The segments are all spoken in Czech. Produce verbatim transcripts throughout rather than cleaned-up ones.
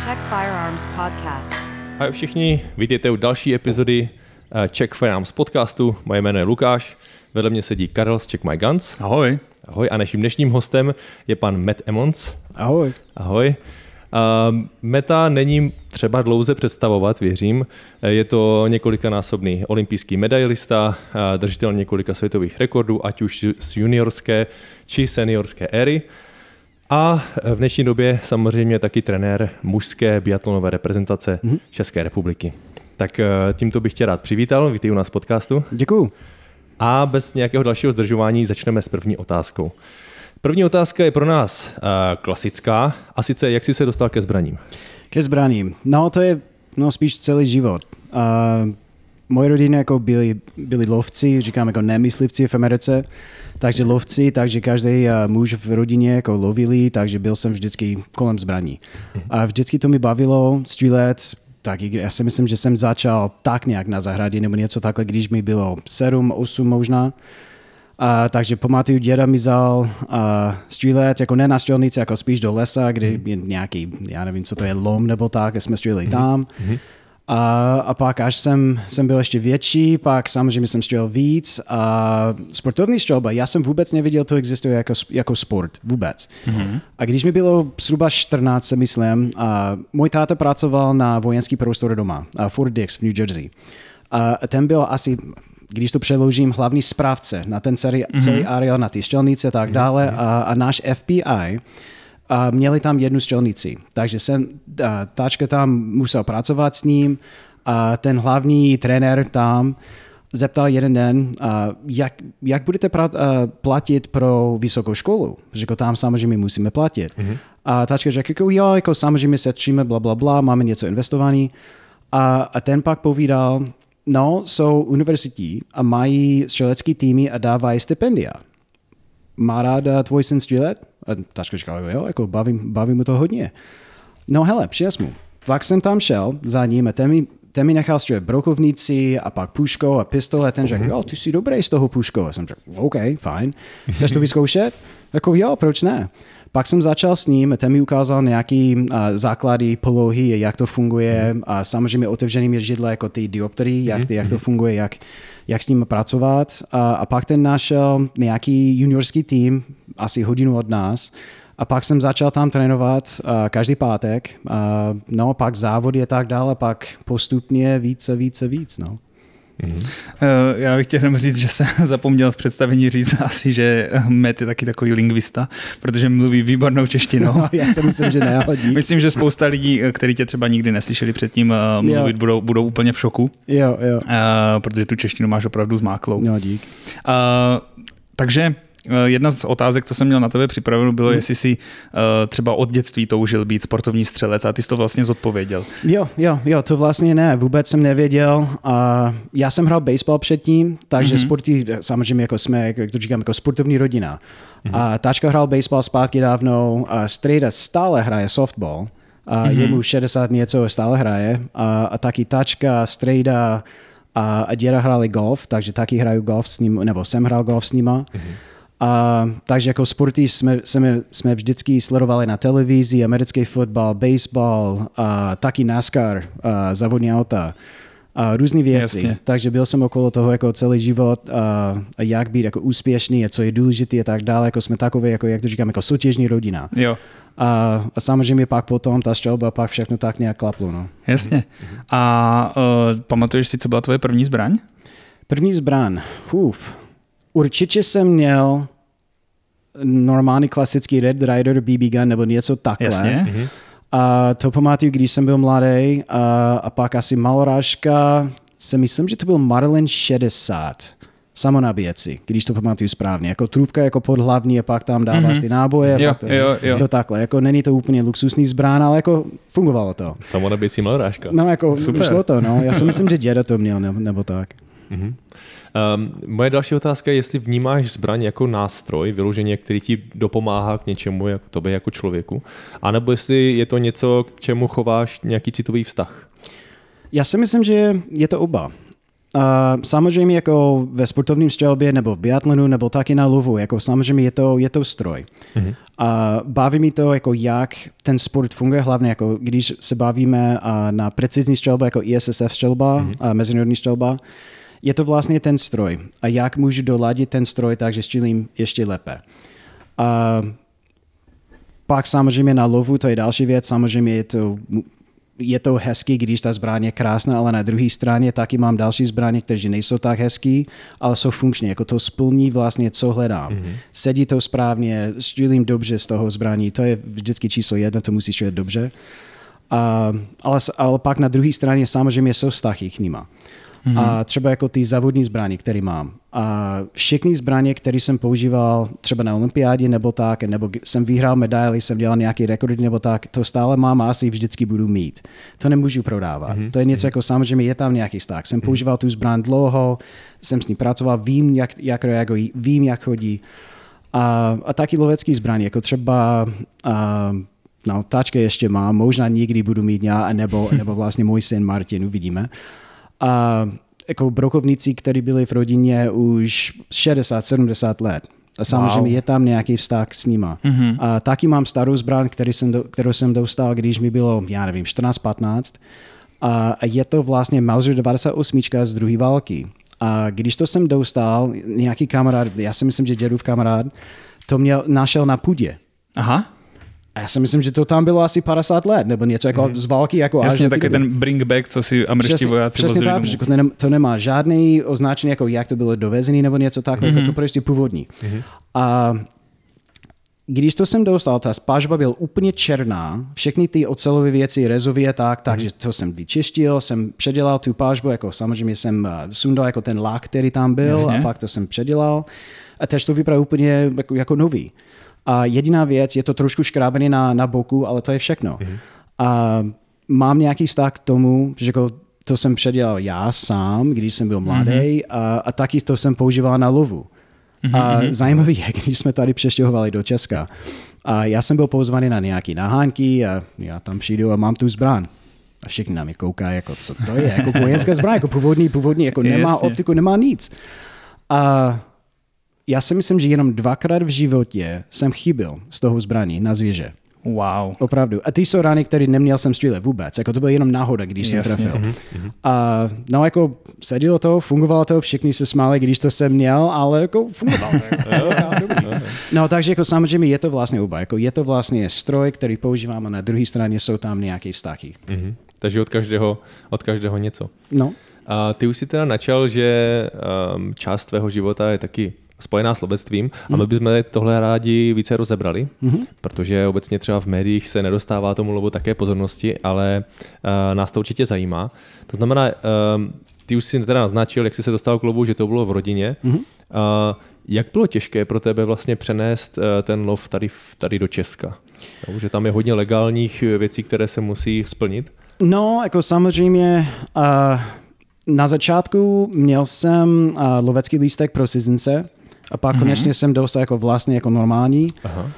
Czech Firearms Podcast. Ahoj všichni, vítejte u další epizody Czech Firearms Podcastu. Moje jméno je Lukáš, vedle mě sedí Karel z Check My Guns. Ahoj. Ahoj a naším dnešním hostem je pan Matt Emmons. Ahoj. Ahoj. Uh, Meta není třeba dlouze představovat, věřím. Je to několikanásobný olympijský medailista, uh, držitel několika světových rekordů, ať už z juniorské či seniorské éry. A v dnešní době samozřejmě taky trenér mužské biatlonové reprezentace mm-hmm. České republiky. Tak tímto bych tě rád přivítal, vítej u nás v podcastu. Děkuju. A bez nějakého dalšího zdržování začneme s první otázkou. První otázka je pro nás uh, klasická, a sice jak jsi se dostal ke zbraním? Ke zbraním? No to je no, spíš celý život. Uh, moje rodina jako byli, byli lovci, říkám jako nemyslivci v Americe, takže lovci, takže každý uh, muž v rodině jako lovili, takže byl jsem vždycky kolem zbraní. A vždycky to mi bavilo střílet, tak já si myslím, že jsem začal tak nějak na zahradě nebo něco takhle, když mi bylo sedm, osm možná. Uh, takže pamatuju, děda mi vzal uh, střílet, jako ne na střelnici, jako spíš do lesa, kde je nějaký, já nevím, co to je, lom nebo tak, jsme stříleli mm-hmm. tam. Mm-hmm. A, a pak až jsem, jsem byl ještě větší, pak samozřejmě jsem střelil víc. A sportovní střelba, já jsem vůbec nevěděl, to existuje jako, jako sport, vůbec. Mm-hmm. A když mi bylo zhruba čtrnáct, myslím, a můj táta pracoval na vojenský prostor doma, a Fort Dix v New Jersey. A ten byl asi, když to přeložím, hlavní správce na ten celý, mm-hmm. celý areál, na ty střelnice a tak dále. Mm-hmm. A, a náš F B I a měli tam jednu střelnici, takže jsem, a, táčka tam musel pracovat s ním a ten hlavní trenér tam zeptal jeden den, a, jak, jak budete prat, a, platit pro vysokou školu, protože jako tam samozřejmě musíme platit. Mm-hmm. A táčka řekl, jako, jo, jako samozřejmě setříme, bla, bla, bla, máme něco investovaný. A, a ten pak povídal, no, jsou univerzity a mají střelecký týmy a dávají stipendia. Má ráda tvůj syn střílet? A tačka říkala, jo, jako baví, baví mu to hodně. No hele, přines mu. Pak jsem tam šel za ním a ten mi, ten mi nechal střílet brokovnici a pak puškou a pistole. Ten řekl, jo, ty jsi dobrý z toho puškou. A jsem řekl, OK, fajn. Chceš to vyzkoušet? Jako jo, proč ne? Pak jsem začal s ním, ten mi ukázal nějaký uh, základy, polohy, jak to funguje a samozřejmě otevřenými židle jako ty dioptry, jak, ty, jak to funguje, jak, jak s ním pracovat. A, a pak ten našel nějaký juniorský tým, asi hodinu od nás. A pak jsem začal tam trénovat uh, každý pátek. Uh, no, pak závody a tak dále, pak postupně více, více, víc, no. Mm-hmm. Já bych chtěl jenom říct, že jsem zapomněl v představení říct asi, že Matt je taky takový lingvista, protože mluví výbornou češtinou. No, já si myslím, že ne. Myslím, že spousta lidí, kteří tě třeba nikdy neslyšeli předtím mluvit, budou, budou úplně v šoku. Jo, jo. Protože tu češtinu máš opravdu zmáklou. No, dík. Uh, takže jedna z otázek, co jsem měl na tebe připravenou, bylo, hmm. jestli jsi uh, třeba od dětství toužil být sportovní střelec a ty jsi to vlastně zodpověděl. Jo, jo, jo, to vlastně ne, vůbec jsem nevěděl. Uh, já jsem hrál baseball předtím, takže mm-hmm. sporty, samozřejmě jako jsme, jak to říkám, jako sportovní rodina. Mm-hmm. A táčka hrál baseball zpátky dávno, a strejda stále hraje softball, a mm-hmm. je mu šedesát něco, stále hraje, a, a taky táčka, strejda a, a děda hráli golf, takže taky hraju golf s ním, nebo jsem hrál golf s nima. Mm-hmm. Uh, takže jako sporty jsme, jsme, jsme vždycky sledovali na televizi, americký fotbal, baseball, uh, taky NASCAR, uh, závodní auta, uh, různé věci. Jasně. Takže byl jsem okolo toho jako celý život, uh, jak být jako úspěšný a co je důležité a tak dále. Jako jsme takové, jako, jak to říkám, jako soutěžní rodina. Jo. Uh, a samozřejmě pak potom ta střelba, pak všechno tak nějak klaplo. No. Jasně. A uh, pamatuješ si, co byla tvoje první zbraň? První zbraň? Uf. Určitě jsem měl normální klasický Red Ryder B B gun nebo něco takhle. Jasně. A to pamatuju, když jsem byl mladý. A, a pak asi malorážka, si myslím, že to byl Marlin šedesát. Samonabíjecí, když to pamatuju správně. Jako trubka jako podhlavní a pak tam dáváš mm-hmm. ty náboje. Jo, to, jo, jo. to takhle. Jako není to úplně luxusní zbrán, ale jako fungovalo to. Samonabíjecí malorážka. No jako super. Šlo to, no. Já si myslím, že děda to měl nebo, nebo tak. Mm-hmm. Um, moje další otázka je, jestli vnímáš zbraň jako nástroj, vyloženě, který ti dopomáhá k něčemu, jako tobě jako člověku, anebo jestli je to něco, k čemu chováš nějaký citový vztah? Já si myslím, že je to oba. Uh, samozřejmě jako ve sportovním střelbě nebo v biatlonu nebo taky na lovu, jako samozřejmě je to, je to stroj. Mm-hmm. A baví mi to, jako jak ten sport funguje, hlavně jako když se bavíme uh, na precizní střelba, jako I S S F střelba, mm-hmm. uh, mezinárodní střelba, je to vlastně ten stroj. A jak můžu doladit ten stroj, takže střílím ještě lépe. A pak samozřejmě na lovu, to je další věc, samozřejmě je to, je to hezký, když ta zbraň je krásná, ale na druhé straně taky mám další zbraně, které nejsou tak hezký, ale jsou funkční, jako to splní vlastně, co hledám. Mm-hmm. Sedí to správně, střílím dobře z toho zbraní, to je vždycky číslo jedna, to musí střílet dobře. A, ale, ale pak na druhé straně samozřejmě jsou vztahy k nima. Mm-hmm. A třeba jako ty závodní zbraně, které mám. A všechny zbraně, které jsem používal třeba na olympiádě nebo tak, nebo jsem vyhrál medaily, jsem dělal nějaký rekordy nebo tak, to stále mám a asi vždycky budu mít. To nemůžu prodávat. Mm-hmm. To je něco jako samozřejmě je tam nějaký vztah. Jsem mm-hmm. používal tu zbraň dlouho, jsem s ní pracoval, vím, jak, jak reagují, vím, jak chodí. A, a taky lovecký zbraně, jako třeba a, no, tačka ještě mám, možná někdy budu mít já, nebo, nebo vlastně můj syn Martin, uvidíme. A jako brokovníci, kteří byli v rodině už šedesát sedmdesát let. A samozřejmě wow. je tam nějaký vztah s nima. Mm-hmm. A taky mám starou zbraň, který jsem do, kterou jsem dostal, když mi bylo, já nevím, čtrnáct patnáct. A je to vlastně Mauser devadesát osm z druhé války. A když to jsem dostal, nějaký kamarád, já si myslím, že dědův kamarád, to mě našel na půdě. Aha. A já si myslím, že to tam bylo asi padesát let, nebo něco jako mm. z války. Jako jasně, taky ten bring back, co si američtí vojáci vozili domů. Přesně tak, protože to nemá žádný označení, jako jak to bylo dovezený, nebo něco takhle, mm-hmm. jako to prostě původní. Mm-hmm. A když to jsem dostal, ta spažba byla úplně černá, všechny ty ocelové věci, rezově tak, takže to jsem vyčistil, jsem předělal tu pažbu, jako samozřejmě jsem sundal jako ten lák, který tam byl, jasně. a pak to jsem předělal. A teď to vypadá úplně jako, jako nový. A jediná věc, je to trošku škrábený na, na boku, ale to je všechno. Mm-hmm. A mám nějaký vztah k tomu, že jako to jsem předělal já sám, když jsem byl mladý, mm-hmm. a, a taky to jsem používal na lovu. Mm-hmm. A zajímavý je, když jsme tady přestěhovali do Česka. A já jsem byl pozvaný na nějaké nahánky a já tam přijdu a mám tu zbraň. A všichni na mě koukají, jako co to je, jako vojenská zbraň, jako původní, původní, jako nemá optiku, nemá nic. A já si myslím, že jenom dvakrát v životě jsem chyběl z toho zbraní na zvěře. Wow. Opravdu. A ty jsou rány, které neměl jsem střílet vůbec. Jako to bylo jenom náhoda, když jsem trefil. Mm-hmm. A no jako sedělo to, fungovalo to, všichni se smáli, když to jsem měl, ale jako fungovalo to. No takže jako samozřejmě je to vlastně oba. Jako je to vlastně stroj, který používáme, na druhé straně jsou tam nějaké vztahy. Mm-hmm. Takže od každého, od každého něco. No. A ty už si teda načal, že um, část tvého života je taky spojená s lovectvím a my bychom tohle rádi více rozebrali, mm-hmm. protože obecně třeba v médiích se nedostává tomu lovu také pozornosti, ale uh, nás to určitě zajímá. To znamená, uh, ty už si teda naznačil, jak jsi se dostal k lovu, že to bylo v rodině. Mm-hmm. Uh, jak bylo těžké pro tebe vlastně přenést uh, ten lov tady, tady do Česka? No, že tam je hodně legálních věcí, které se musí splnit? No, jako samozřejmě uh, na začátku měl jsem uh, lovecký lístek pro cizince, a pak mm-hmm. konečně jsem dostal jako vlastně jako normální. Aha.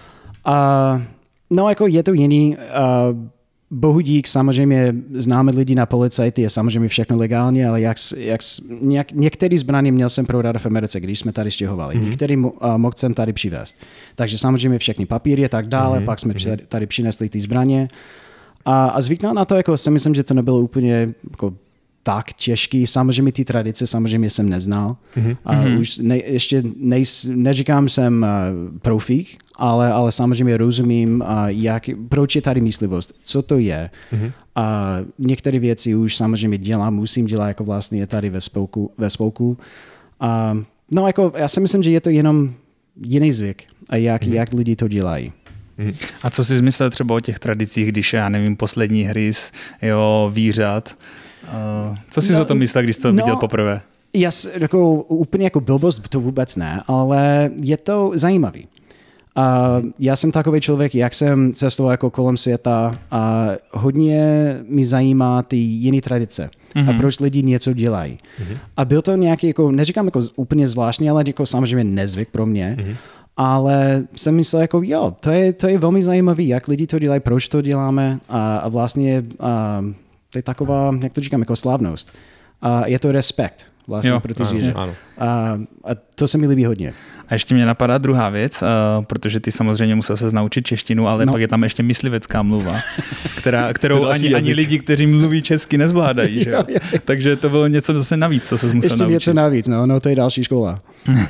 A no jako je to jiný. Uh, bohu dík, samozřejmě známe lidi na policajty, je samozřejmě všechno legálně, ale jak, jak, něk, některý zbraně měl jsem prodat v Americe, když jsme tady stěhovali. Mm-hmm. Některý uh, mohl jsem tady přivést. Takže samozřejmě všechny papíry a tak dále, mm-hmm. pak jsme mm-hmm. tady přinesli ty zbraně. A, a zvyknul na to, jako si myslím, že to nebylo úplně jako tak těžký. Samozřejmě ty tradice samozřejmě jsem neznal. Mm-hmm. A už ne, ještě nej, neříkám, jsem uh, profík, ale, ale samozřejmě rozumím, uh, jak, proč je tady myslivost, co to je. Mm-hmm. A některé věci už samozřejmě dělám, musím dělat jako vlastně tady ve spolku. Ve spolku. A, no jako já si myslím, že je to jenom jiný zvyk, a jak, mm-hmm. jak lidi to dělají. A co jsi myslel třeba o těch tradicích, když já nevím, poslední hryz, jo, vířat? Uh, co jsi no, o tom myslel, když jsi to no, viděl poprvé? Já jako, úplně jako blbost to vůbec ne, ale je to zajímavý. Uh, já jsem takový člověk, jak jsem cestoval jako kolem světa a hodně mi zajímá ty jiné tradice. Mm-hmm. A proč lidi něco dělají. Mm-hmm. A byl to nějaký, jako, neříkám jako úplně zvláštní, ale jako samozřejmě nezvyk pro mě. Mm-hmm. Ale jsem myslel, jako jo, to je, to je velmi zajímavý, jak lidi to dělají, proč to děláme a, a vlastně a, to je taková, jak to říkám, jako slavnost. A je to respekt vlastně Jo, pro ty ano, zvíře. ano. A, a to se mi líbí hodně. A ještě mě napadá druhá věc, uh, protože ty samozřejmě musel se naučit češtinu, ale no. pak je tam ještě myslivecká mluva, která, kterou ani, ani lidi, kteří mluví česky, nezvládají. Že? jo, jo. Takže to bylo něco zase navíc, co se musel ještě naučit. něco navíc, no, no to je další škola.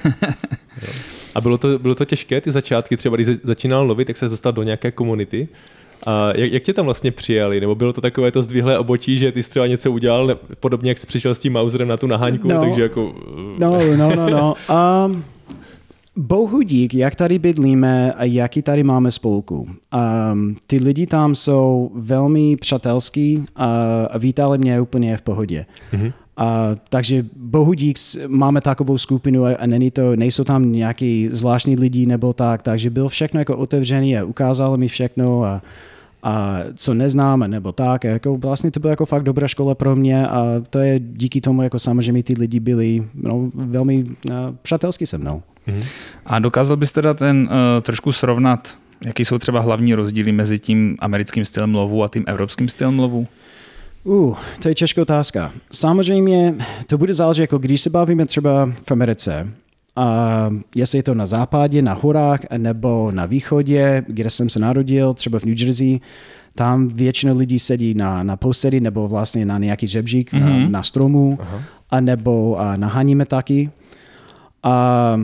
A bylo to, bylo to těžké, ty začátky, třeba když začínal lovit, tak se dostal do nějaké komunity. A jak, jak tě tam vlastně přijali? Nebo bylo to takové to zdvihlé obočí, že ty jsi třeba něco udělal, ne, podobně jak jsi přišel s tím Mauserem na tu naháňku, no, takže jako... No, no, no, no. Um, bohu dík, jak tady bydlíme a jaký tady máme spolku. Um, ty lidi tam jsou velmi přátelský a, a vítali mě úplně v pohodě. Mm-hmm. A, takže bohu dík, máme takovou skupinu a, a není to, nejsou tam nějaký zvláštní lidi nebo tak, takže byl všechno jako otevřený a ukázal mi všechno a, a co neznáme nebo tak. A jako vlastně to byla jako fakt dobrá škola pro mě a to je díky tomu, jako samozřejmě ty lidi byli no, velmi uh, přátelský se mnou. Mm-hmm. A dokázal bys teda ten uh, trošku srovnat, jaký jsou třeba hlavní rozdíly mezi tím americkým stylem lovu a tím evropským stylem lovu? Uh, to je těžká otázka. Samozřejmě to bude záležet, jako když se bavíme třeba v Americe, a jestli je to na západě, na horách, nebo na východě, kde jsem se narodil, třeba v New Jersey, tam většinou lidí sedí na, na posedy nebo vlastně na nějaký žebřík, mm-hmm. na, na stromu, uh-huh. a nebo a naháníme taky. A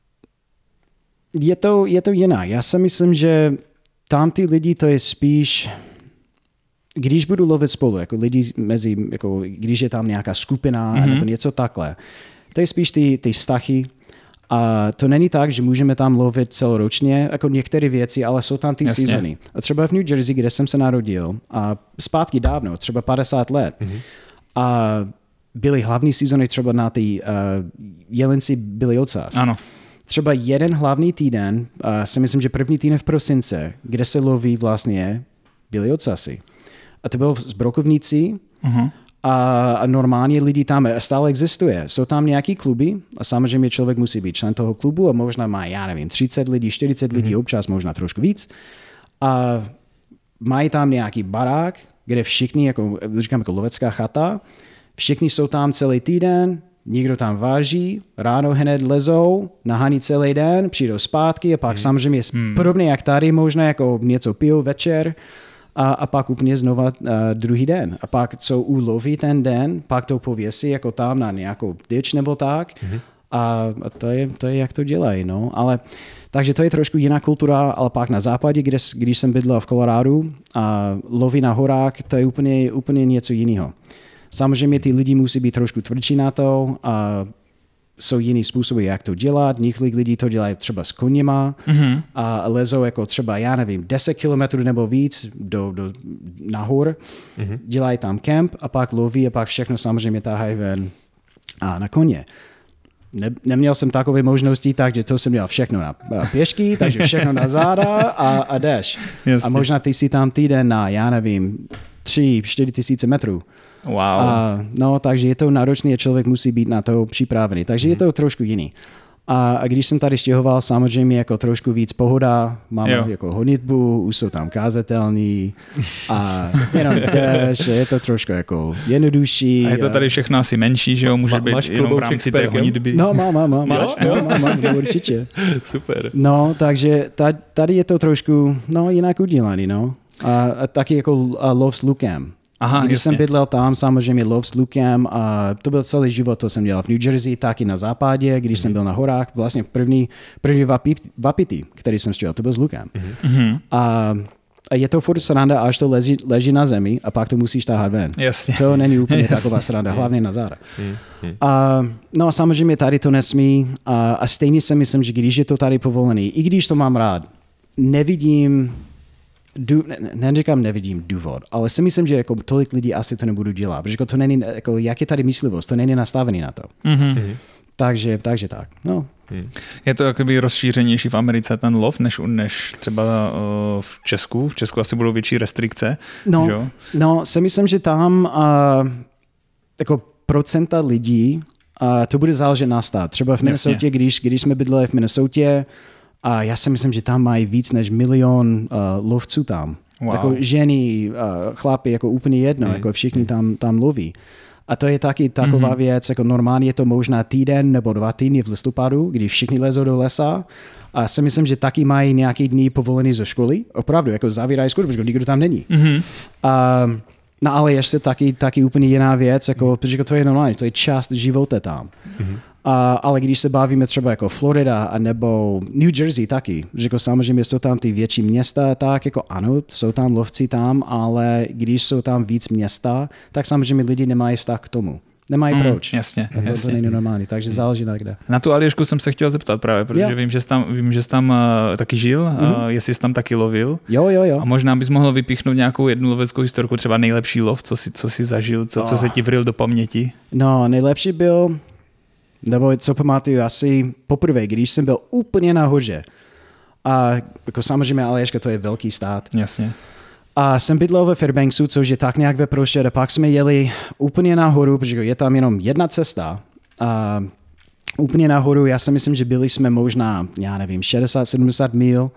je to, je to jiná. Já si myslím, že tam ty lidi to je spíš... Když budu lovit spolu, jako lidi mezi, jako když je tam nějaká skupina mm-hmm. nebo něco takhle, to je spíš ty, ty vztahy. A to není tak, že můžeme tam lovit celoročně, jako některé věci, ale jsou tam ty Jasně. sezony. A třeba v New Jersey, kde jsem se narodil, a zpátky dávno, třeba padesát let, mm-hmm. a byly hlavní sezony třeba na ty uh, jelenci byli ocas. Ano. Třeba jeden hlavní týden, uh, si myslím, že první týden v prosince, kde se loví vlastně byli ocasy. A to bylo z brokovnicí uh-huh. a, a normálně lidi tam stále existuje. Jsou tam nějaký kluby a samozřejmě člověk musí být člen toho klubu a možná má, já nevím, třicet lidí, čtyřicet uh-huh. lidí, občas možná trošku víc. A mají tam nějaký barák, kde všichni, jako, říkám jako lovecká chata, všichni jsou tam celý týden, někdo tam váží, ráno hned lezou, nahání celý den, přijdou zpátky a pak uh-huh. samozřejmě hmm. podobně jak tady, možná jako něco pijou večer, A, a pak úplně znova uh, druhý den. A pak co uloví ten den, pak to pověsí jako tam na nějakou tyč nebo tak. Mm-hmm. A, a to, je, to je, jak to dělají. No. Ale, takže to je trošku jiná kultura, ale pak na západě, kde, když jsem bydlel v Kolorádu a loví na horách, to je úplně, úplně něco jiného. Samozřejmě ty lidi musí být trošku tvrdší na to a jsou jiný způsoby, jak to dělat. Několik lidí to dělají třeba s koněma mm-hmm. a lezou jako třeba, já nevím, deset kilometrů nebo víc do, do nahor, mm-hmm. dělají tam kemp a pak loví a pak všechno samozřejmě tahají ven a na koně. Ne, neměl jsem takové možnosti, takže to jsem měl všechno na pěšky, takže všechno na záda a, a jdeš. A možná ty si tam týden na, já nevím, tři, čtyři tisíce metrů. Wow. A, no, takže je to náročné a člověk musí být na to připravený. Takže mm. je to trošku jiný. A, a když jsem tady stěhoval, samozřejmě jako trošku víc pohoda, mám jo. jako honitbu, už jsou tam kázatelný a jenom jdeš, je to trošku jako jednodušší. A je to tady všechno asi menší, že jo? Může být jenom v rámci té honitby. No, mám, mám, mám. Máš? Jo, mám, mám, mám, určitě. Super. No, takže tady je to trošku no, jinak udělaný, no. A, a taky jako a lov s lukem. Aha, Když jasně. jsem bydlel tam, samozřejmě lov s lukem a to byl celý život, to jsem dělal v New Jersey, taky na západě, když mm-hmm. jsem byl na horách, vlastně první, první vapity, který jsem střelil, to byl s lukem. Mm-hmm. A, a je to furt sranda, až to leží, leží na zemi a pak to musíš táhat ven. Jasně. To není úplně Jasně. taková sranda, hlavně na záda. Mm-hmm. A, no a samozřejmě tady to nesmí a, a stejně si myslím, že když je to tady povolený, i když to mám rád, nevidím Du, ne, neříkám, nevidím důvod, ale si myslím, že jako tolik lidí asi to nebudu dělat, protože jako to není, jako, jak je tady myslivost, to není nastavený na to. Mm-hmm. Takže, takže tak. No. Je to jakoby rozšířenější v Americe ten lov, než, než třeba uh, v Česku? V Česku asi budou větší restrikce. No, že? no si myslím, že tam uh, jako procenta lidí, uh, to bude záležet na stát. Třeba v Minnesotě, když, když jsme bydleli v Minnesotě, a já si myslím, že tam mají víc než milion uh, lovců tam. Wow. Jako ženy, uh, chlapi, jako úplně jedno, mm. jako všichni tam, tam loví. A to je taky taková mm-hmm. věc, jako normálně je to možná týden nebo dva týdny v listopadu, když všichni lezou do lesa. A si myslím, že taky mají nějaký dny povolený ze školy. Opravdu, jako zavírají školu, protože nikdo tam není. Mm-hmm. A, no ale ještě taky, taky úplně jiná věc, jako, protože to je normální, to je část života tam. Mm-hmm. A, ale když se bavíme třeba jako Florida nebo New Jersey taky, že jako samozřejmě jsou tam ty větší města, tak jako ano, jsou tam lovci tam, ale když jsou tam víc města, tak samozřejmě lidi nemají vztah k tomu. Nemají mm, proč. Jasně, jako jasně. To není normální, takže záleží na kde. Na tu Alješku jsem se chtěl zeptat právě, protože jo. vím, že jsi tam, vím, že jsi tam uh, taky žil, mm-hmm. uh, jestli jsi tam taky lovil. Jo, jo, jo. A možná bys mohl vypíchnout nějakou jednu loveckou historku, třeba nejlepší lov, co jsi, co jsi zažil, co, oh. co se ti vril do paměti. No, nejlepší byl, nebo co pamatuju, asi poprvé, když jsem byl úplně nahoře. A jako samozřejmě Alješka, to je velký stát. Jasně. A jsem bydlel ve Fairbanksu, což je tak nějak ve prostřed, a pak jsme jeli úplně nahoru, protože je tam jenom jedna cesta. A úplně nahoru, já si myslím, že byli jsme možná, já nevím, šedesát sedmdesát mil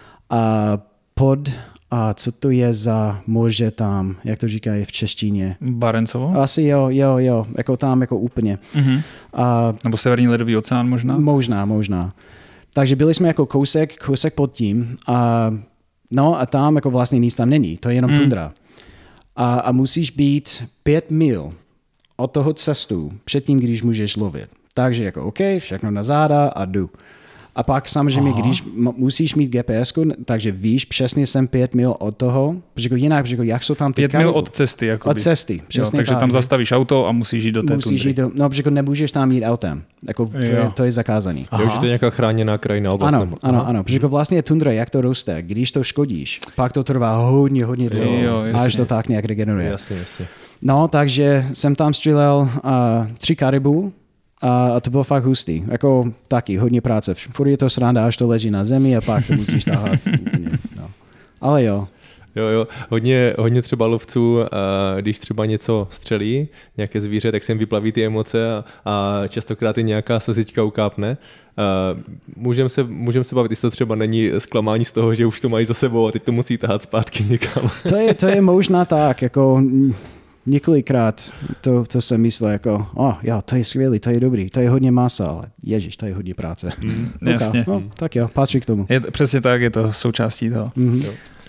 a pod, a co to je za moře tam, jak to říkají v češtině? Barencovo? Asi jo, jo, jo, jako tam jako úplně. Mm-hmm. A, nebo Severní ledový oceán možná? Možná, možná. Takže byli jsme jako kousek, kousek pod tím a no a tam jako vlastně nic tam není, to je jenom mm. tundra. A, a musíš být pět mil od toho cestu předtím, když můžeš lovit. Takže jako OK, všechno na záda a jdu. A pak samozřejmě, Aha. když m- musíš mít G P S ku, takže víš, přesně jsem pět mil od toho, protože jinak, protože jak jsou tam ty Pět mil od cesty, jakoby. Od cesty, přesně jo, takže tak, tam zastavíš auto a musíš jít do té musíš jít do, no, protože nemůžeš tam jít autem. Jako, to, je, to je zakázaný. Takže to je nějaká chráněná krajina oblast. Ano, ano, ano, protože vlastně je tundra, jak to roste, když to škodíš, pak to trvá hodně, hodně dlouho, až to tak nějak regeneruje. Jasně, jasně. No, takže jsem tam střílel uh, tři karibů, a to bylo fakt hustý. Jako taky, hodně práce. Furt je to sranda, až to leží na zemi a pak to musíš tahat. No. Ale jo. Jo, jo. Hodně, hodně třeba lovců, když třeba něco střelí, nějaké zvíře, tak se jim vyplaví ty emoce a, a častokrát je nějaká slzička ukápne. Můžeme se, můžem se bavit, jestli to třeba není zklamání z toho, že už to mají za sebou a teď to musí tahat zpátky někam. To je, to je možná tak, jako několikrát to, to jsem myslel jako, oh, jo, to je skvělý, to je dobrý, to je hodně masa, ale ježiš, to je hodně práce. Mm, okay. Jasně. No, tak jo, patří k tomu. Je to, přesně tak, je to součástí toho. Mm-hmm.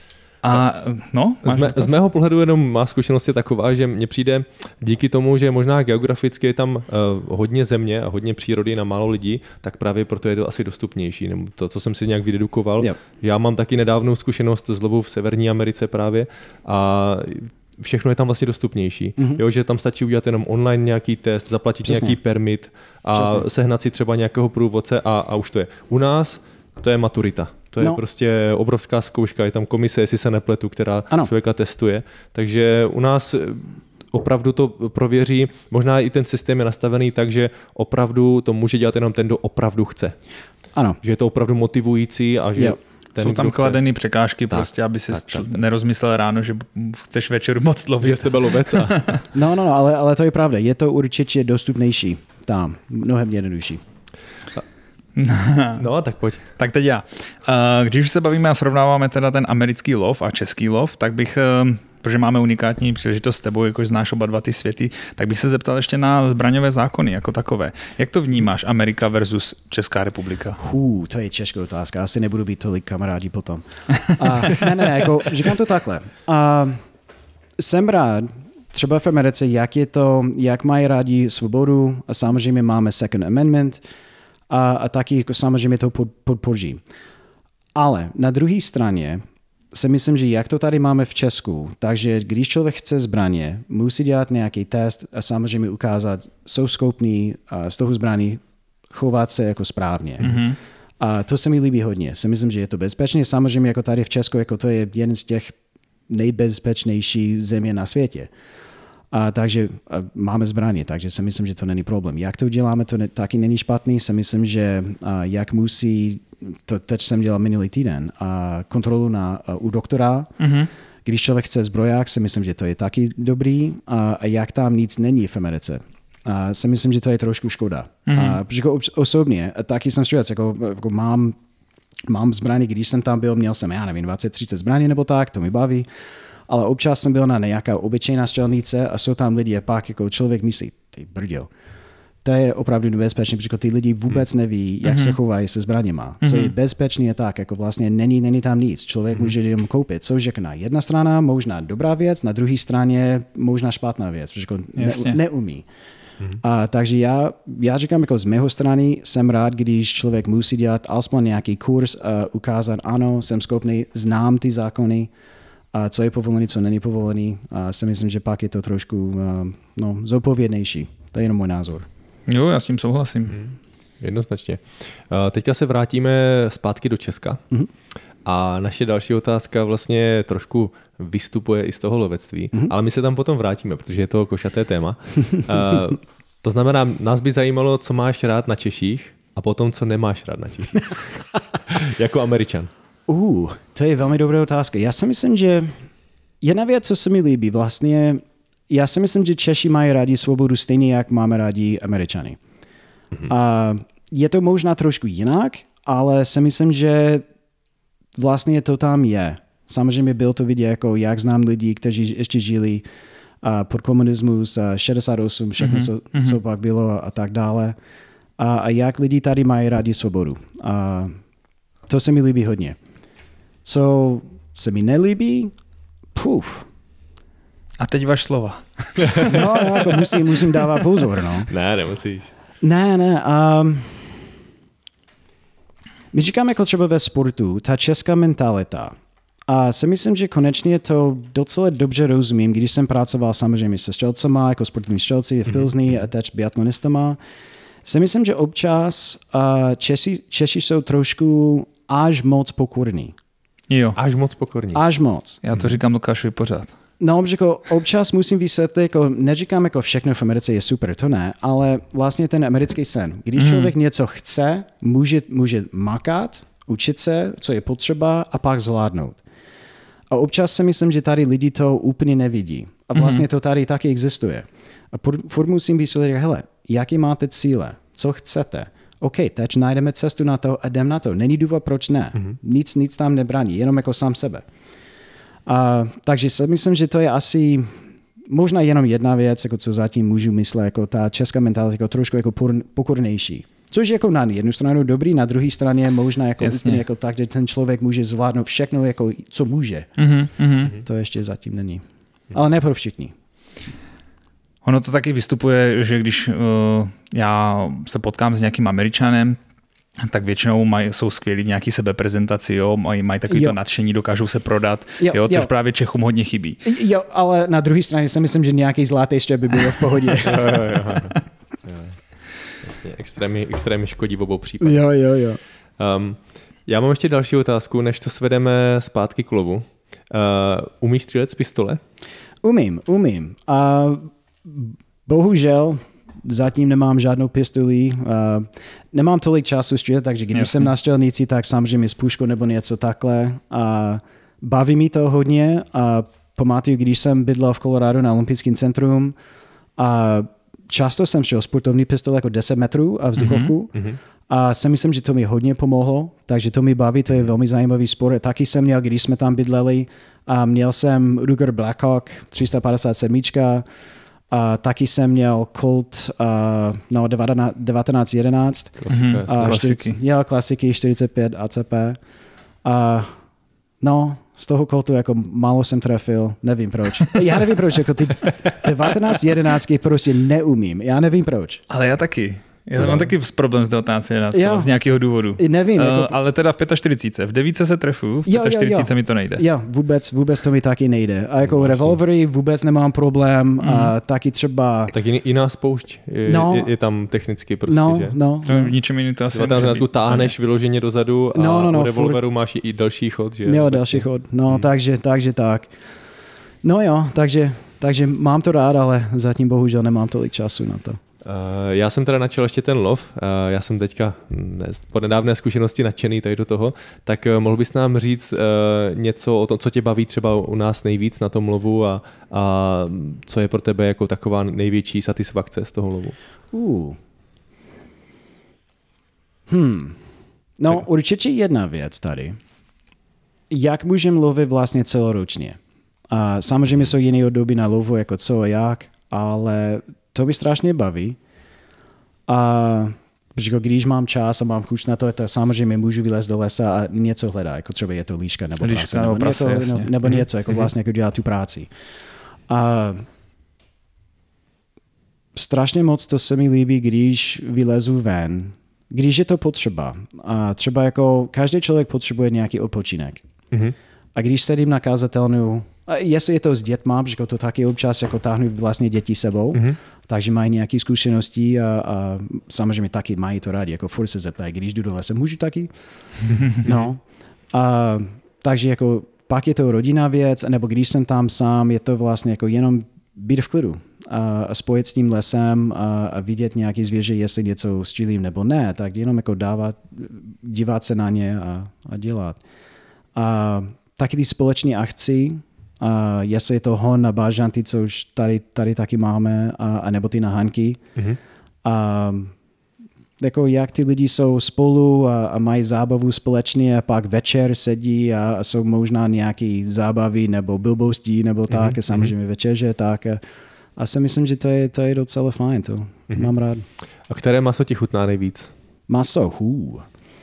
A no, z, mé, z mého pohledu jenom má zkušenost je taková, že mně přijde díky tomu, že možná geograficky je tam uh, hodně země a hodně přírody na málo lidí, tak právě proto je to asi dostupnější. Nebo to, co jsem si nějak vydedukoval. Yep. Já mám taky nedávnou zkušenost s lovou v Severní Americe právě a všechno je tam vlastně dostupnější. Mm-hmm. Jo, že tam stačí udělat jenom online nějaký test, zaplatit Přesně. nějaký permit a Přesně. sehnat si třeba nějakého průvodce a, a už to je. U nás to je maturita. To je no. prostě obrovská zkouška, je tam komise, jestli se nepletu, která ano. člověka testuje. Takže u nás opravdu to prověří, možná i ten systém je nastavený tak, že opravdu to může dělat jenom ten, kdo opravdu chce. Ano. Že je to opravdu motivující a že... Jo. Ten, jsou tam kladený překážky, tak, prostě, aby si nerozmyslel ráno, že chceš večer moc lovit. Že jste byl lovec. A... no, no, no, ale, ale to je pravda. Je to určitě dostupnější tam. Mnohem jednodušší. No, tak pojď. Tak teď já. Když už se bavíme a srovnáváme teda ten americký lov a český lov, tak bych, protože máme unikátní příležitost s tebou, jakož znáš oba dva ty světy, tak bych se zeptal ještě na zbraňové zákony jako takové. Jak to vnímáš, Amerika versus Česká republika? Hů, to je těžká otázka. Asi nebudu být tolik kamarádi potom. A, ne, ne, ne, jako, říkám to takhle. A, jsem rád, třeba v Americe, jak je to, jak mají rádi svobodu a samozřejmě máme Second Amendment, A, a taky jako samozřejmě to pod, podpoří. Ale na druhé straně si myslím, že jak to tady máme v Česku, takže když člověk chce zbraně, musí dělat nějaký test a samozřejmě ukázat, jsou schopní z toho zbraní chovat se jako správně. Mm-hmm. A to se mi líbí hodně. Si myslím, že je to bezpečné. Samozřejmě jako tady v Česku, jako to je jeden z těch nejbezpečnějších země na světě. A takže a máme zbraně, takže si myslím, že to není problém. Jak to uděláme, to ne, taky není špatný. Si myslím, že a, jak musí, to teď jsem dělal minulý týden, a kontrolu na, a, u doktora, mm-hmm. když člověk chce zbroják, si myslím, že to je taky dobrý. A, a jak tam nic není v Americe, a si myslím, že to je trošku škoda. Mm-hmm. A, protože jako osobně, a taky jsem střílec, jako, jako mám, mám zbraně, když jsem tam byl, měl jsem, já nevím, dvacet třicet zbraní nebo tak, to mi baví. ale občas jsem byl na nějaká obyčejná střelnice a jsou tam lidi a pak jako člověk myslí, ty brďo. To je opravdu nebezpečné, protože ty lidi vůbec neví, jak mm-hmm. se chovají se zbraněma. Co mm-hmm. je bezpečný je tak, jako vlastně není, není tam nic. Člověk mm-hmm. může jenom koupit. Což je na jedna strana možná dobrá věc, na druhé straně možná špatná věc, protože ne, neumí. Mm-hmm. A, takže já, já říkám, jako z mého strany jsem rád, když člověk musí dělat alespoň nějaký kurz a ukázat, ano, jsem schopný, znám ty zákony, a co je povolený, co není povolený. A si myslím, že pak je to trošku no, zodpovědnější. To je jenom můj názor. Jo, já s tím souhlasím. Hmm. Jednoznačně. Teďka se vrátíme zpátky do Česka. Mm-hmm. A naše další otázka vlastně trošku vystupuje i z toho lovectví, mm-hmm. ale my se tam potom vrátíme, protože je to košaté téma. To znamená, nás by zajímalo, co máš rád na Češích a potom, co nemáš rád na Češích. Jako Američan. Uh, to je velmi dobrá otázka. Já si myslím, že jedna věc, co se mi líbí, vlastně já si myslím, že Češi mají rádi svobodu stejně, jak máme rádi Američany. Mm-hmm. A je to možná trošku jinak, ale si myslím, že vlastně to tam je. Samozřejmě byl to vidět, jako jak znám lidi, kteří ještě žili uh, pod komunismus, uh, šedesát osm, všechno, mm-hmm. co, co pak bylo a, a tak dále. A, a jak lidi tady mají rádi svobodu. A to se mi líbí hodně. Co se mi nelíbí? Puf. A teď vaš slova. No, no jako musím, musím dávat pozor, no. Ne, nemusíš. Ne, ne. Um, my říkáme jako třeba ve sportu, ta česká mentalita. A si myslím, že konečně to docela dobře rozumím, když jsem pracoval samozřejmě se střelcema, jako sportovní střelci v Pilzni a teď biatlonistama. Si myslím, že občas uh, Češi, Češi jsou trošku až moc pokorní. Jo. Až moc pokorní. Až moc. Já to říkám Lukášovi pořád. No, jako občas musím vysvětlit, jako neříkám, jako všechno v Americe je super, to ne, ale vlastně ten americký sen. Když člověk mm. něco chce, může, může makat, učit se, co je potřeba a pak zvládnout. A občas si myslím, že tady lidi to úplně nevidí. A vlastně mm. to tady taky existuje. A furt musím vysvětlit, hele, jaký máte cíle, co chcete. OK, teď najdeme cestu na to a jdem na to. Není důvod, proč ne. Mm. Nic, nic tam nebrání, jenom jako sám sebe. Uh, takže si myslím, že to je asi možná jenom jedna věc, jako co zatím můžu myslet, jako ta česká mentalita jako trošku jako pokornější. Což je jako na jednu stranu dobrý, na druhé straně možná jako úplně jako tak, že ten člověk může zvládnout všechno, jako co může. Mm-hmm, mm-hmm. To ještě zatím není. Ale ne pro všichni. Ono to taky vystupuje, že když uh, já se potkám s nějakým Američanem, tak většinou maj, jsou skvělí v nějaký sebeprezentaci, jo, mají, mají takový jo. to nadšení, dokážou se prodat, jo, jo, což jo. právě Čechům hodně chybí. Jo, ale na druhé straně si myslím, že nějaký zlatý ještě by bylo v pohodě. jo, jo, jo. jo. Jasně, extrémy, extrémy škodí v obou případech. Jo, jo, jo. Um, já mám ještě další otázku, než to svedeme zpátky k lovu. Uh, umíš střílet z pistole? Umím, umím. A bohužel zatím nemám žádnou pistoli. Uh, nemám tolik času střílet, takže když Jasně. jsem na střelnici, tak samozřejmě s puškou nebo něco takhle. A baví mi to hodně. A pamatuju, když jsem bydlel v Coloradu na olympijském centrum, a často jsem šel sportovní pistole jako deset metrů a vzduchovku. Mm-hmm. A si myslím, že to mi hodně pomohlo, takže to mi baví, to je velmi zajímavý sport. Taky jsem měl, když jsme tam bydleli, a měl jsem Ruger Blackhawk tři sta padesát sedm. A taky jsem měl Colt uh, no, devatenáct jedenáct. Klasika, a klasiky. Jo, klasiky čtyřicet pět A C P. A no, z toho Coltu jako málo jsem trefil, nevím proč. Já nevím proč, jako ty devatenáct jedenáct prostě neumím, já nevím proč. Ale já taky. Já mám taky problém s devatenáct jedenáct z nějakého důvodu. Nevím. Uh, jako... Ale teda v čtyřicet pět. V devíce se trefu, v čtyřicet pět mi to nejde. Jo, vůbec, vůbec to mi taky nejde. A jako no, revolvery vůbec nemám problém. Mm. A taky třeba... Tak jiná spoušť je, no, je, je tam technicky prostě, no, že? No, no. V ničem jiným to asi nemůže být. Táhneš vyloženě dozadu a no, no, no, u revolveru furt... máš i další chod, že? Jo, další chod. No, hmm. takže, takže tak. No jo, takže, takže mám to rád, ale zatím bohužel nemám tolik času na to. Uh, já jsem teda načal ještě ten lov, uh, já jsem teďka ne, po nedávné zkušenosti nadšený tady do toho, tak uh, mohl bys nám říct uh, něco o tom, co tě baví třeba u nás nejvíc na tom lovu a, a co je pro tebe jako taková největší satisfakce z toho lovu? Uh. Hmm. No tak. Určitě jedna věc tady. Jak můžeme lovit vlastně celoročně? A samozřejmě jsou jiné doby na lovu, jako co a jak, ale to mi strašně baví. A protože když mám čas a mám chuť na to, to samozřejmě můžu vylézt do lesa a něco hledat, jako třeba je to líška nebo líška, prase, nebo, nebo, prase, něco, jasně. nebo, nebo mm. něco, jako vlastně jako dělat tu práci. A strašně moc to se mi líbí, když vylezu ven, když je to potřeba. A třeba jako každý člověk potřebuje nějaký odpočinek. Mm-hmm. A když sedím na kazatelnu, a jestli je to s dětma, protože to taky občas jako táhnu vlastně děti sebou, mm-hmm. takže mají nějaké zkušenosti a, a samozřejmě taky mají to rádi, jako furt se zeptají, když jdu do lesa, můžu taky? No. A, takže jako pak je to rodinná věc, nebo když jsem tam sám, je to vlastně jako jenom být v klidu a, a spojit s tím lesem a, a vidět nějaký zvěře, jestli něco střílím nebo ne, tak jenom jako dávat, dívat se na ně a, a dělat. A taky ty společné akci, a jestli je to hon na bažanty, což tady, tady taky máme, a, a nebo ty nahanky. Mm-hmm. A jako jak ty lidi jsou spolu a, a mají zábavu společně a pak večer sedí a, a jsou možná nějaké zábavy nebo blbosti nebo tak, mm-hmm. a samozřejmě večerže tak. A, a si myslím, že to je, to je docela fajn, to, to mm-hmm. mám rád. A které maso ti chutná nejvíc? Maso, hů.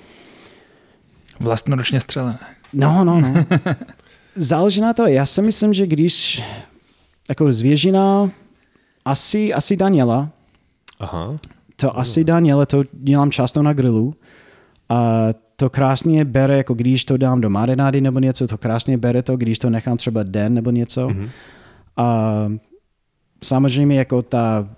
Vlastnoručně střelené. No, no, no. Záleží na to. Já si myslím, že když jako zvěřina asi, asi Daniela, Aha. to no. asi Daniela, to dělám často na grilu a to krásně bere, jako když to dám do marinády nebo něco, to krásně bere to, když to nechám třeba den nebo něco. Mm-hmm. A samozřejmě jako ta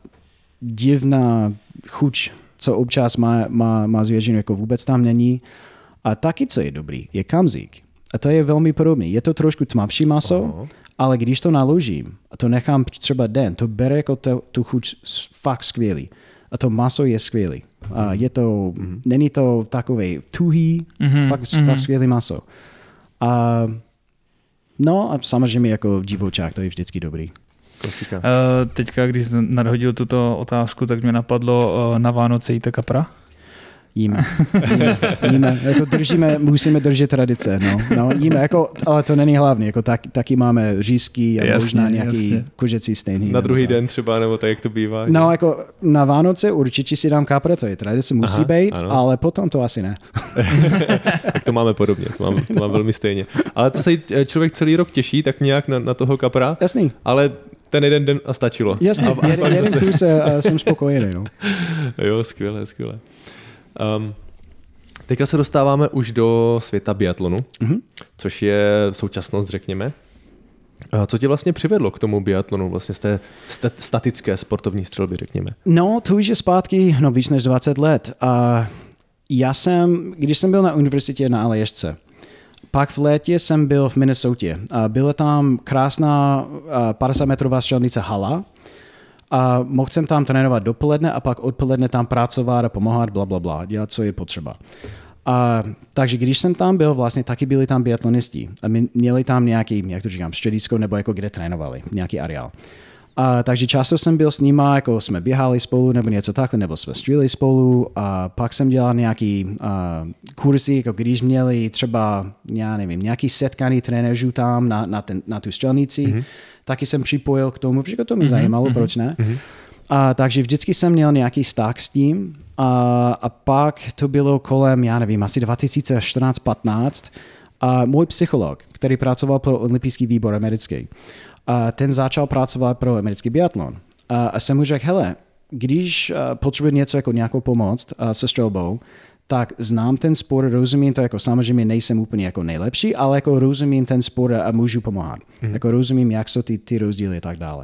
divná chuť, co občas má, má, má zvěřinu, jako vůbec tam není. A taky, co je dobrý, je kamzík. A to je velmi podobný. Je to trošku tmavší maso, Aha. ale když to naložím a to nechám třeba den, to bere jako to, tu chuť fakt skvělý. A to maso je skvělý. A je to, mm-hmm. není to takový tuhý, mm-hmm. fakt, mm-hmm. fakt skvělý maso. A no a samozřejmě jako divočák, to je vždycky dobrý. Klasika. Uh, teďka, když nadhodil tuto otázku, tak mě napadlo, uh, na Vánoce jíte kapra? Jíme. Jíme. Jíme. Jako držíme, musíme držet tradice. No. No, jíme, jako, ale to není hlavní. Jako tak, taky máme řízky a jasně, možná nějaký jasně. kožecí stejný. Na druhý den třeba, nebo tak, jak to bývá. No, že? Jako na Vánoce určitě si dám kapra, to je tradice, musí Aha, být, ano. ale potom to asi ne. Tak to máme podobně, to máme, to máme velmi stejně. Ale to se člověk celý rok těší, tak nějak na, na toho kapra. Jasný. Ale ten jeden den a stačilo. Jasně, a, a jeden, jeden kus a jsem spokojený. No. Jo, skvěle, skvěle. Um, teďka se dostáváme už do světa biatlonu, mm-hmm. což je současnost, řekněme. Co tě vlastně přivedlo k tomu biatlonu, vlastně z té statické sportovní střelby, řekněme? No, to už je zpátky, no víc než dvacet let. A já jsem, když jsem byl na univerzitě na Aljašce, pak v létě jsem byl v Minnesotě a byla tam krásná padesátimetrová střelnice hala, a mohl jsem tam trénovat dopoledne a pak odpoledne tam pracovat a pomáhat, bla, bla, bla, dělat, co je potřeba. A, takže když jsem tam byl, vlastně taky byli tam biatlonisti a my měli tam nějaký, jak to říkám, středisko nebo jako kde trénovali, nějaký areál. A, takže často jsem byl s nima, jako jsme běhali spolu nebo něco takhle, nebo jsme stříleli spolu a pak jsem dělal nějaký uh, kurzy, jako když měli třeba, já nevím, nějaký setkání trenéřů tam na, na, ten, na tu střelnici, mm-hmm. taky jsem připojil k tomu, protože to mě mm-hmm. zajímalo, mm-hmm. proč ne. Mm-hmm. A, takže vždycky jsem měl nějaký vztah s tím a, a pak to bylo kolem, já nevím, asi dva tisíce čtrnáct patnáct a můj psycholog, který pracoval pro olympijský výbor americký, a ten začal pracovat pro americký biatlon. A, a jsem mu řekl, hele, když potřebuje něco jako nějakou pomoc se střelbou, tak znám ten sport, rozumím to, jako samozřejmě nejsem úplně jako nejlepší, ale jako rozumím ten sport a můžu pomáhat. Mm. Jako rozumím, jak jsou ty, ty rozdíly a tak dále.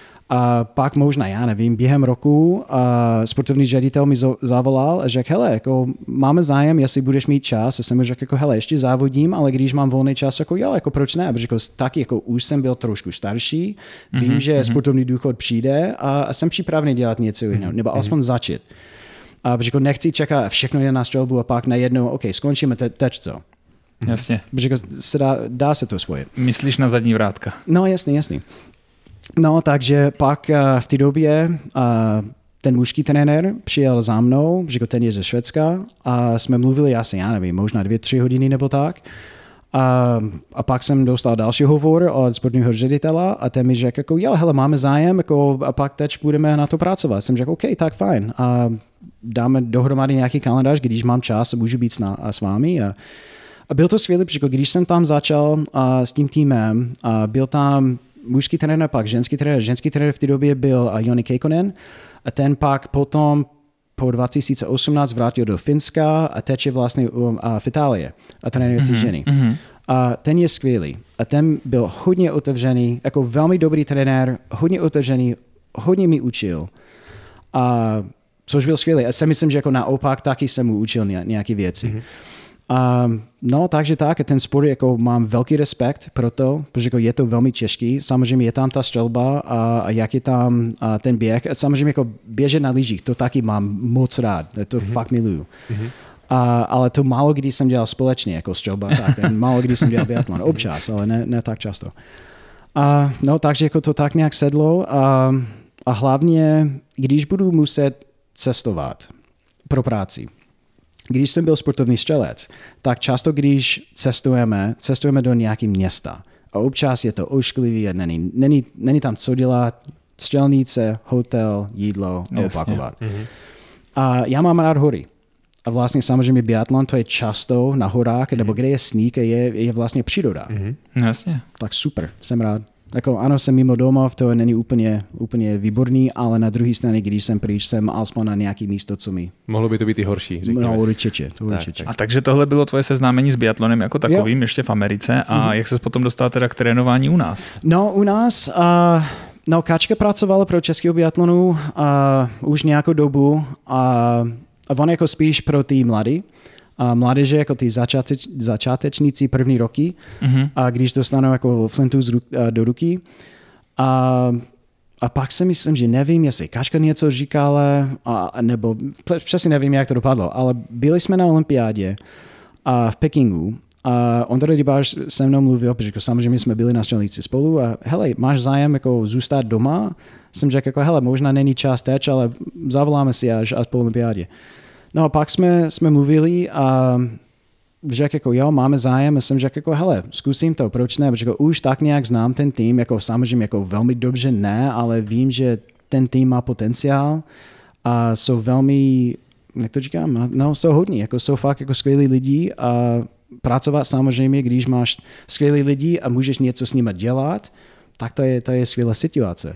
A pak možná, já nevím, během roku a sportovní ředitel mi zavolal a řekl, hele, jako máme zájem, jestli budeš mít čas. A jsem mu řekl, jako, hele, ještě závodím, ale když mám volný čas, jako jo, jako proč ne? A řekl, taky jako už jsem byl trošku starší, vím, mm-hmm, že mm-hmm. sportovní důchod přijde a, a jsem připravený dělat něco jiného, nebo mm-hmm. aspoň začít. A řekl, nechci čekat všechno je na střelbu a pak najednou, OK, skončíme, te, teď co? Jasně. Řekl, se dá, dá se to spojit. Myslíš na zadní vrátka? No, jasný, jasný. No, takže pak uh, v té době uh, ten mužský trenér přijel za mnou, že ten je ze Švédska a jsme mluvili asi, já nevím, možná dvě, tři hodiny nebo tak. A, a pak jsem dostal další hovor od sportovního ředitela a ten mi řekl, jako, jo, hele, máme zájem, jako, a pak teď budeme na to pracovat. Jsem řekl, OK, tak fajn. A dáme dohromady nějaký kalendář, když mám čas a můžu být s, na, a s vámi. A, a byl to skvělý, protože když jsem tam začal a, s tím týmem, a byl tam mužský trenér, pak ženský trenér. Ženský trenér v té době byl Joni Keikonen a ten pak potom po dva tisíce osmnáct vrátil do Finska a teď je vlastně um, a v Itálii a trénuje ty ženy. Mm-hmm. A ten je skvělý. A ten byl hodně otevřený, jako velmi dobrý trenér, hodně otevřený, hodně mi učil. A což byl skvělý. A si myslím, že jako naopak taky jsem mu učil nějaké věci. Mm-hmm. A no, takže tak, a ten sport jako mám velký respekt pro to, protože jako je to velmi těžký. Samozřejmě je tam ta střelba a, a jak je tam a ten běh. A samozřejmě jako běžet na lyžích, to taky mám moc rád, to mm-hmm. fakt miluju. Mm-hmm. A, ale to málo kdy jsem dělal společně jako střelba, tak ten málo kdy jsem dělal biatlon, občas, ale ne, ne tak často. A no, takže jako to tak nějak sedlo a, a hlavně, když budu muset cestovat pro práci, když jsem byl sportovní střelec, tak často, když cestujeme, cestujeme do nějakého města. A občas je to ošklivý a není, není, není tam co dělat, střelnice, hotel, jídlo a opakovat. Mm-hmm. A já mám rád hory. A vlastně samozřejmě biatlon to je často na horách, mm-hmm. nebo kde je sníh a je, je vlastně příroda. Mm-hmm. Jasně. Tak super, jsem rád. Jako, ano, jsem mimo domov, to není úplně, úplně výborný, ale na druhé straně, když jsem pryč, jsem alespoň na nějaký místo, co mi... Mohlo by to být i horší, řekněme. No, určitě, to určitě. Tak, a takže tohle bylo tvoje seznámení s biatlonem jako takovým, jo. ještě v Americe. A mm-hmm. jak ses potom dostal teda k trénování u nás? No, u nás... Uh, no, Kačka pracovala pro českého biatlonu uh, už nějakou dobu a, a on jako spíš pro ty mladý. A mládeže, jako ty začáteč, začátečníci první roky, mm-hmm. a když dostanou jako flintu z, do ruky. A, a pak si myslím, že nevím, jestli Kačka něco říkala, a, nebo přesně nevím, jak to dopadlo, ale byli jsme na olympiádě a v Pekingu a on tady Rybář se mnou mluvil, protože samozřejmě jsme byli na střelnici spolu a hele, máš zájem jako zůstat doma? Jsem řekl, jako hele, možná není čas teď, ale zavoláme si až, až po olympiádě. No a pak jsme, jsme mluvili a řekl jako jo, máme zájem a jsem řekl jako hele, zkusím to, proč ne, protože jako už tak nějak znám ten tým, jako samozřejmě jako velmi dobře ne, ale vím, že ten tým má potenciál a jsou velmi, jak to říkám, no jsou hodní, jako jsou fakt jako skvělí lidi a pracovat samozřejmě, když máš skvělí lidi a můžeš něco s nimi dělat, tak to je, to je skvělá situace.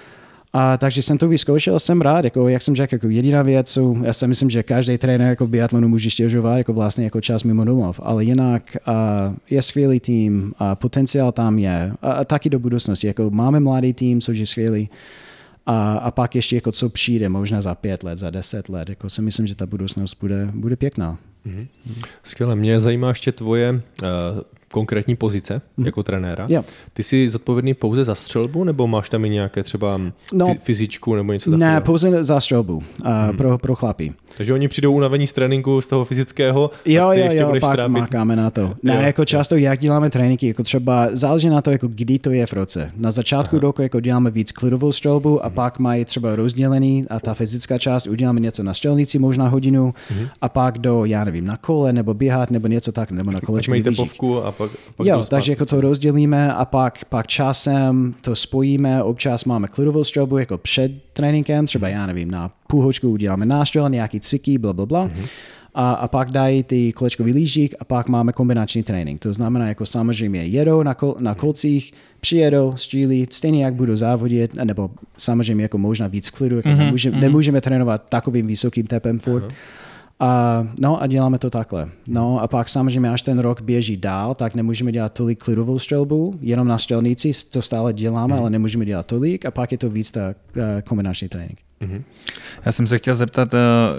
A takže jsem to vyzkoušel, jsem rád, jako, jak jsem řekl, jako jediná věc, jsou, já si myslím, že každý trenér jako biatlonu může stěžovat jako vlastně jako čas mimo domov, ale jinak uh, je skvělý tým, a potenciál tam je a, a taky do budoucnosti, jako máme mladý tým, což je skvělý a, a pak ještě jako co přijde, možná za pět let, za deset let, jako si myslím, že ta budoucnost bude, bude pěkná. Mm-hmm. Skvěle, mě zajímá ještě tvoje uh, konkrétní pozice mm. jako trenéra. Yeah. Ty jsi zodpovědný pouze za střelbu, nebo máš tam i nějaké třeba no, fyzičku nebo něco takového? Ne, pouze za střelbu uh, mm. pro, pro chlapy. Takže oni přijdou unavení z tréninku, z toho fyzického jo, a ty jo, ještě jo, budeš pak trápit. Mákáme na to. Ne, jo, jako často, jo. jak děláme tréninky, jako třeba záleží na to, jako kdy to je v roce. Na začátku Aha. roku jako děláme víc klidovou střelbu a hmm. pak mají třeba rozdělený a ta fyzická část, uděláme něco na střelnici, možná hodinu hmm. a pak do, já nevím, na kole nebo běhat nebo něco tak, nebo na kolečku. Mají tepovku a pak, pak jo, takže jako to rozdělíme a pak, pak časem to spojíme, občas máme klidovou střelbu jako před tréninkem, třeba já nevím, na půl hočku uděláme nástřel, nějaký cviky, blablabla. Mm-hmm. A, a pak dají ty kolečkový lyžík a pak máme kombinační trénink. To znamená, jako samozřejmě jedou na, kol, na kolcích, přijedou, střílí, stejně jak budou závodit, nebo samozřejmě jako možná víc v klidu, jako mm-hmm. nemůžeme, nemůžeme trénovat takovým vysokým tepem furt. Uh-huh. A, no a děláme to takhle. No a pak samozřejmě, až ten rok běží dál, tak nemůžeme dělat tolik klidovou střelbu, jenom na střelnici to stále děláme, mm. ale nemůžeme dělat tolik a pak je to víc ta uh, kombinační trénink. Mm-hmm. Já jsem se chtěl zeptat,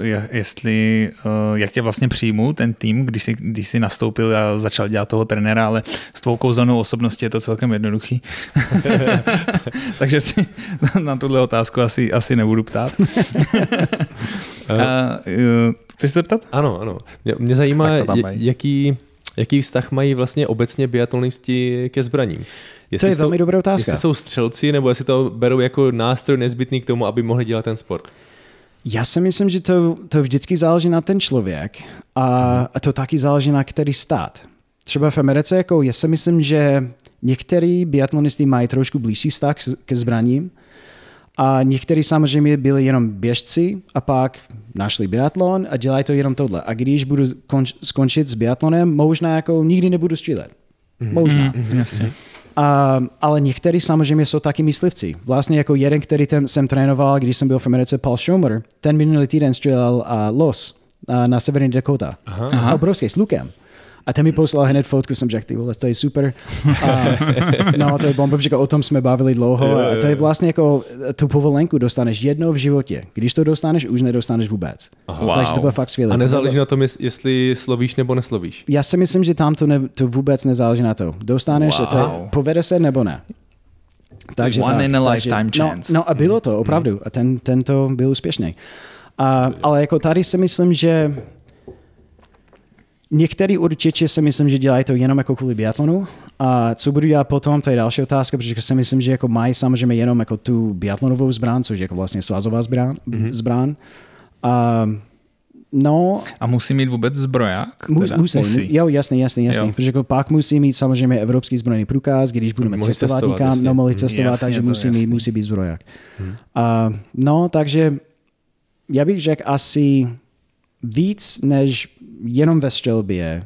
jestli, jak tě vlastně přijmul ten tým, když jsi, když jsi nastoupil a začal dělat toho trenéra, ale s tvou kouzelnou osobností je to celkem jednoduchý. Takže si na tuhle otázku asi, asi nebudu ptát. a, chceš se zeptat? Ano, ano. Mě zajímá, jaký, jaký vztah mají vlastně obecně biatlonisti ke zbraním. Jestli to je jsou, velmi dobrá otázka. Jestli jsou střelci, nebo jestli to berou jako nástroj nezbytný k tomu, aby mohli dělat ten sport? Já si myslím, že to, to vždycky záleží na ten člověk a, a to taky záleží na který stát. třeba v Americe, jako já si myslím, že některý biatlonisty mají trošku blížší vztah ke zbraním a někteří samozřejmě byli jenom běžci a pak našli biatlon a dělají to jenom tohle. A když budu konč, skončit s biatlonem, možná jako nikdy nebudu střílet. Mm-hmm. Možná. Mm-hmm. Jasně. A, ale někteří samozřejmě jsou taky myslivci. Vlastně jako jeden, který ten, jsem trénoval, když jsem byl v Americe, Paul Schomer, ten minulý týden střílel uh, los uh, na severní Dakota. Aha. Obrovský, s lukem. A ten mi poslal hned fotku, jsem řekl, ty vole, to je super. A, no, to je bomba, protože o tom jsme bavili dlouho. A to je vlastně jako, tu povolenku dostaneš jednou v životě. Když to dostaneš, už nedostaneš vůbec. Wow. Takže to bylo fakt skvělé. A nezáleží na tom, jestli slovíš nebo neslovíš? Já si myslím, že tam to, ne, to vůbec nezáleží na to. Dostaneš, wow. to je, povede se nebo ne. Takže One tak, in a takže, lifetime no, chance. no a bylo to, opravdu. A ten, ten to byl úspěšný. A, ale jako tady si myslím, že některý určitě si myslím, že dělají to jenom jako kvůli biatlonu. A co budu dělat potom, to je další otázka, protože si myslím, že jako mají samozřejmě jenom jako tu biatlonovou zbraň, což je jako vlastně svazová zbraň. Mm-hmm. zbraň. A, no, a musí mít vůbec zbroják? Mus, musí. musí. Jo, jasný, jasný, jasný. Jo. Protože jako pak musí mít samozřejmě evropský zbrojný průkaz, když budeme mohli cestovat, cestovat nikam, no mohli cestovat, jasně, takže musí, mít, musí být zbroják. Hmm. A, no, takže já bych řekl asi víc než jenom ve střelbě.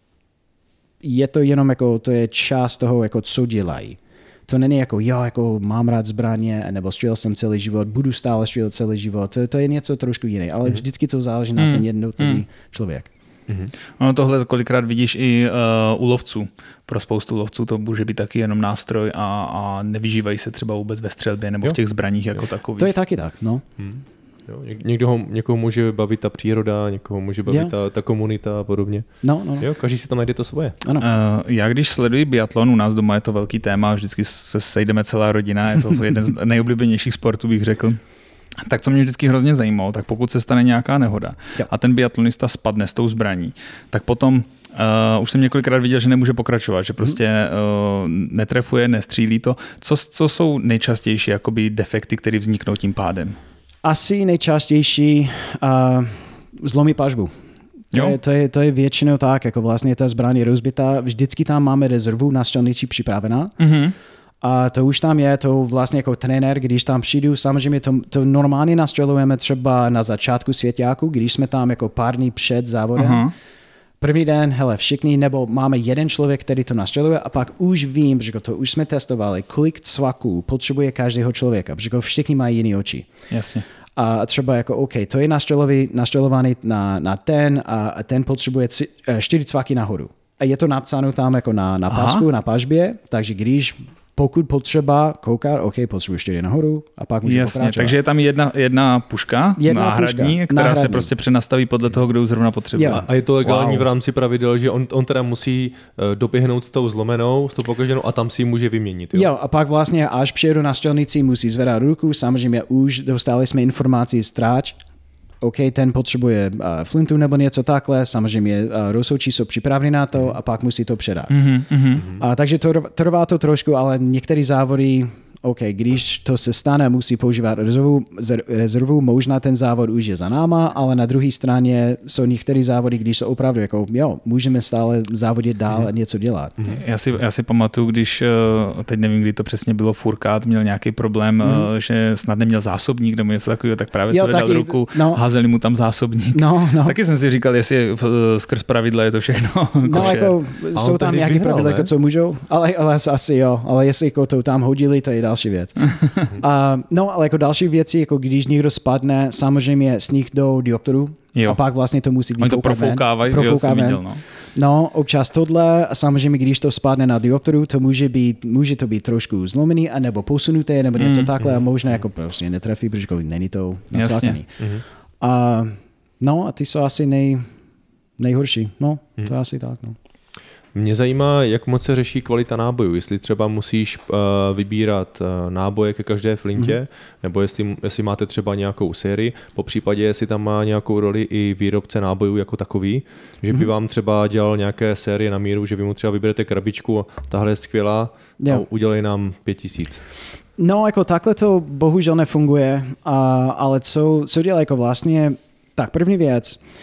Je to jenom jako, to je část toho, jako co dělají. To není jako, jo, jako mám rád zbraně, nebo střílel jsem celý život, budu stále střílet celý život. To, to je něco trošku jiné, ale vždycky to záleží na ten jednotlivý mm. člověk. Mm-hmm. Ono tohle kolikrát vidíš i uh, u lovců. Pro spoustu lovců to může být taky jenom nástroj a, a nevyžívají se třeba vůbec ve střelbě nebo jo. v těch zbraních jako takových. To je taky tak, no. Hmm. Jo, někdo ho, někoho může bavit ta příroda, někoho může bavit ta, ta komunita a podobně. No, no, no. Jo, každý si tam najde to svoje. Ano. Uh, já když sleduji biatlon, u nás doma je to velký téma, vždycky se sejdeme celá rodina, je to jeden z nejoblíbenějších sportů, bych řekl. Tak co mě vždycky hrozně zajímalo, tak pokud se stane nějaká nehoda jo. a ten biatlonista spadne s tou zbraní, tak potom uh, už jsem několikrát viděl, že nemůže pokračovat, že prostě uh, netrefuje, nestřílí to. Co, co jsou nejčastější jakoby defekty, které vzniknou tím pádem? Asi nejčastější uh, zlomí pažbu. To je, to, je, to je většinou tak, jako vlastně ta zbraň je rozbitá. Vždycky tam máme rezervu na střelnici připravená. Mm-hmm. A to už tam je, to vlastně jako trenér, když tam přijdu, samozřejmě to, to normálně nastřelujeme třeba na začátku svěťáku, když jsme tam jako pár dní před závodem. Uh-huh. První den, hele, všichni, nebo máme jeden člověk, který to nastřeluje a pak už vím, že to už jsme testovali, kolik cvaků potřebuje každého člověka, protože všichni mají jiné oči. Jasně. A třeba jako, OK, to je nastřelovaný na, na ten a ten potřebuje tři, čtyři cvaky nahoru. A je to napsáno tam jako na, na pasku, na pažbě, takže když pokud potřeba koukat, OK, potřebuje čtyři nahoru a pak může Jasně, pokračovat. takže je tam jedna, jedna puška jedna náhradní, puška, která náhradní. se prostě přenastaví podle toho, kdo zrovna potřebuje. A, a je to legální wow. v rámci pravidel, že on, on teda musí uh, doběhnout s tou zlomenou, s tou pokaženou a tam si ji může vyměnit. Jo? jo, a pak vlastně až přijedu na střelnici, musí zvedat ruku, samozřejmě už dostali jsme informaci z tráč, OK, ten potřebuje uh, flintu nebo něco takhle, samozřejmě uh, rozhodčí jsou připraveni na to mm. a pak musí to předat. Mm-hmm, mm-hmm. Uh, takže to trvá to trošku, ale některé závody, OK, když to se stane, musí používat rezervu, rezervu, možná ten závod už je za náma, ale na druhé straně jsou některé závody, když jsou opravdu jako, jo, můžeme stále závodit dál mm. a něco dělat. Mm. Já, si, já si pamatuju, když, teď nevím, kdy to přesně bylo, Furkát měl nějaký problém, mm. že snad neměl zásobník nebo něco takového, tak právě jo, se dal ruku, no, házeli mu tam zásobník. No, no. Taky jsem si říkal, jestli skrz pravidla je to všechno. No, jako jsou tam nějaké pravidla, jako co můžou, ale, ale asi jo, ale jestli jako to tam hodili, to je další věc. uh, no, ale jako další věci, jako když někdo spadne, samozřejmě sníh do dioptru jo. a pak vlastně to musí Oni to profoukávají, profouká viděl, no. no, občas tohle a samozřejmě, když to spadne na dioptru, to může být, může to být trošku zlomený, anebo posunuté, nebo něco mm. takhle a možná jako prostě netrefí, protože není to nacvákaný. Mm. Uh, no a ty jsou asi nej, nejhorší, no, mm. to je asi tak, no. Mě zajímá, jak moc se řeší kvalita nábojů, jestli třeba musíš uh, vybírat uh, náboje ke každé flintě, mm-hmm. nebo jestli, jestli máte třeba nějakou sérii, po případě jestli tam má nějakou roli i výrobce nábojů jako takový, že by mm-hmm. vám třeba dělal nějaké série na míru, že vy mu třeba vyberete krabičku a tahle je skvělá yeah. a udělej nám pět tisíc. No, jako takhle to bohužel nefunguje, a, ale co, co dělá jako vlastně, tak první věc,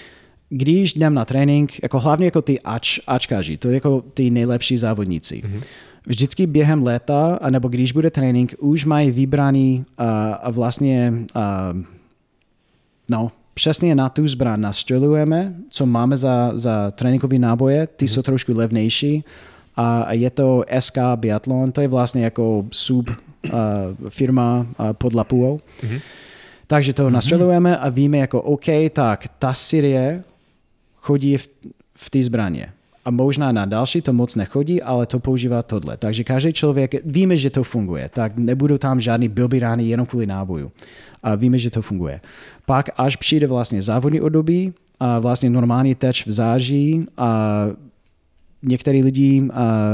když jdem na trénink, jako hlavně jako ty ač, ačkáři, to je jako ty nejlepší závodníci. Mm-hmm. Vždycky během léta, anebo když bude trénink, už mají vybraný a, a vlastně a, no, přesně na tu zbraň nastřelujeme, co máme za, za tréninkové náboje, ty mm-hmm. jsou trošku levnější a, a je to S K Biathlon, to je vlastně jako sub a, firma a, pod Lapuou. Mm-hmm. Takže to mm-hmm. nastřelujeme a víme jako OK, tak ta série chodí v, v té zbraně. A možná na další to moc nechodí, ale to používá tohle. Takže každý člověk, víme, že to funguje, tak nebudou tam žádný blbý rány jenom kvůli náboju. A víme, že to funguje. Pak až přijde vlastně závodní období, a vlastně normální teč v září a některý lidi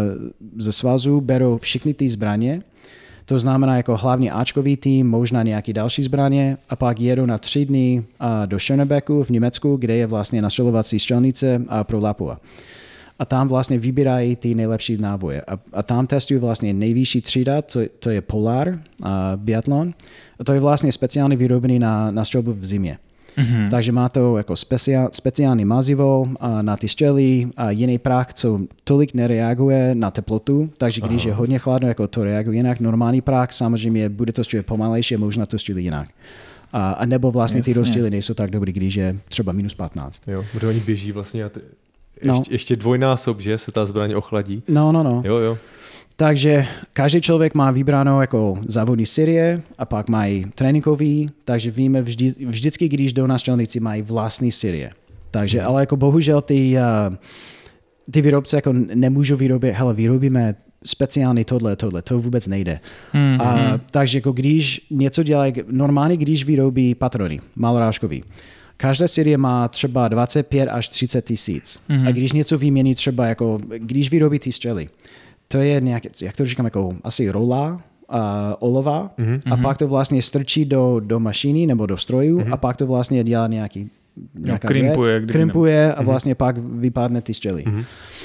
ze svazu berou všechny ty zbraně, to znamená jako hlavně Ačkový tým, možná nějaký další zbraně a pak jedou na tři dny do Schönebecku v Německu, kde je vlastně nastřelovací střelnice pro Lapua. A tam vlastně vybírají ty nejlepší náboje. A, a tam testují vlastně nejvyšší třída, to, to je Polar a biatlon. A to je vlastně speciálně vyrobený na, na střelbu v zimě. Mm-hmm. Takže má to jako speciál, speciální mazivo a na ty střely a jiný prach, co tolik nereaguje na teplotu, takže když Aha. je hodně chladno, jako to reaguje jinak. Normální prach samozřejmě bude to střelit pomalejší a možná to střelit jinak. A, a nebo vlastně Jasně. ty rozstřely nejsou tak dobrý, když je třeba minus patnáct. Jo, protože oni běží vlastně a ty, ještě, no. ještě dvojnásob, že se ta zbraň ochladí. No, no, no. Jo, jo. Takže každý člověk má vybráno jako závodní série a pak mají tréninkový, takže víme vždy, vždycky, když jdou na střelnici, mají vlastní série. Takže, ale jako bohužel ty, uh, ty výrobce jako nemůžou vyrobit, hele, vyrobíme speciálně tohle, tohle, to vůbec nejde. Mm-hmm. A, takže jako když něco dělají, normálně když vyrobí patrony, malorážkový, každá série má třeba dvacet pět až třicet tisíc. Mm-hmm. A když něco vymění třeba jako, když vyrobí ty střely, to je nějaké, jak to říkám, jako asi rola, uh, olova mm-hmm. a pak to vlastně strčí do, do mašiny nebo do strojů mm-hmm. a pak to vlastně dělá nějaký nějaká no, krimpuje, věc, krimpuje a vlastně mm-hmm. pak vypadne ty střely. Mm-hmm.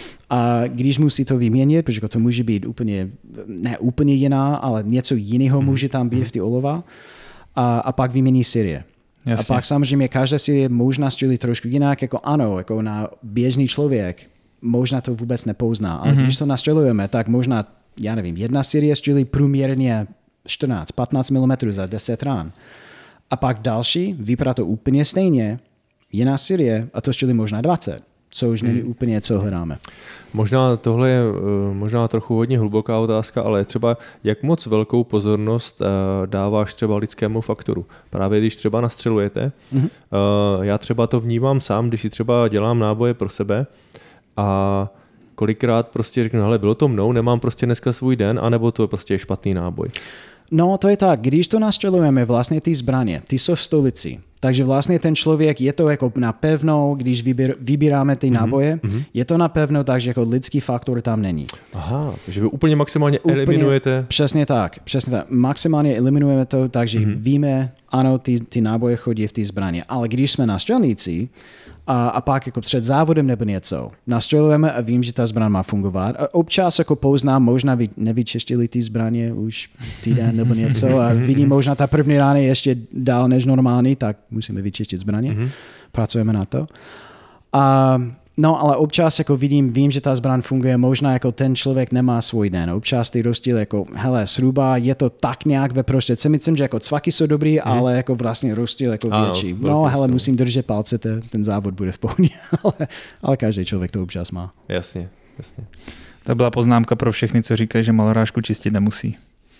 A když musí to vyměnit, protože to může být úplně, ne úplně jiná, ale něco jiného mm-hmm. může tam být v ty olova a, a pak vymění série. Jasně. A pak samozřejmě každá série možná střelí trošku jinak, jako ano, jako na běžný člověk možná to vůbec nepozná, ale mm-hmm. když to nastřelujeme, tak možná, já nevím, jedna série střelí průměrně čtrnáct patnáct milimetrů za deset rán. A pak další, vypadá to úplně stejně, jiná série a to střelí možná dvacet, co už není mm. úplně, co hledáme. Možná tohle je možná trochu hodně hluboká otázka, ale třeba jak moc velkou pozornost dáváš třeba lidskému faktoru? Právě když třeba nastřelujete, mm-hmm. já třeba to vnímám sám, když si třeba dělám náboje pro sebe, a kolikrát prostě řeknu, hele, bylo to mnou, nemám prostě dneska svůj den, anebo to je prostě špatný náboj. No to je tak, když to nastřelujeme vlastně ty zbraně, ty jsou v stolici, takže vlastně ten člověk je to jako napevno, když vybír, vybíráme ty náboje, mm-hmm. je to napevno, takže jako lidský faktor tam není. Aha, takže vy úplně maximálně úplně, eliminujete. Přesně tak, přesně tak, maximálně eliminujeme to, takže mm-hmm. víme, ano, ty, ty náboje chodí v té zbraně, ale když jsme na střelnici, A, a pak jako před závodem nebo něco. Nastřelujeme a vím, že ta zbraň má fungovat. A občas jako poznám, možná vy nevyčistili ty zbraně už týden nebo něco a vidím, možná ta první rána je ještě dál než normální, tak musíme vyčistit zbraně. Mm-hmm. Pracujeme na to. A no, ale občas jako vidím, vím, že ta zbraň funguje, možná jako ten člověk nemá svůj den. Občas ty rozdíl jako, hele, zhruba je to tak nějak ve prostředí. Myslím, že jako cvaky jsou dobrý, hmm. ale jako vlastně rozdíl jako a, větší. No, hele, musím držet palce, ten, ten závod bude v pohodě, ale, ale každý člověk to občas má. Jasně, jasně. To byla poznámka pro všechny, co říkají, že malorážku čistit nemusí.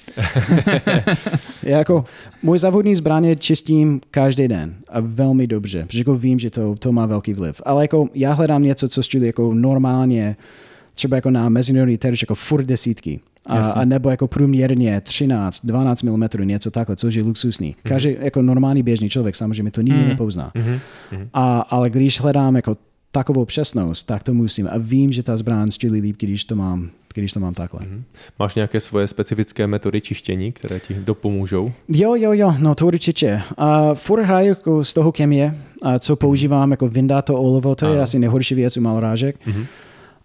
Já jako, můj závodní zbraně čistím každý den a velmi dobře, protože jako vím, že to, to má velký vliv. Ale jako já hledám něco, co střílí jako normálně, třeba jako na mezinárodní terč, jako furt desítky. A, a nebo jako průměrně třináct dvanáct milimetrů, něco takhle, což je luxusní. Každý mm-hmm. jako normální běžný člověk samozřejmě to nikdy mm-hmm. nepozná. Mm-hmm. A, ale když hledám jako takovou přesnost, tak to musím. A vím, že ta zbraň střílí líp, když to mám když to mám takhle. Mm-hmm. Máš nějaké svoje specifické metody čištění, které ti dopomůžou? Jo, jo, jo, no to určitě. A furt hraju jako z toho chemie, a co používám, jako vyndat to olovo, to je ano. asi nejhorší věc u malorážek. Mm-hmm.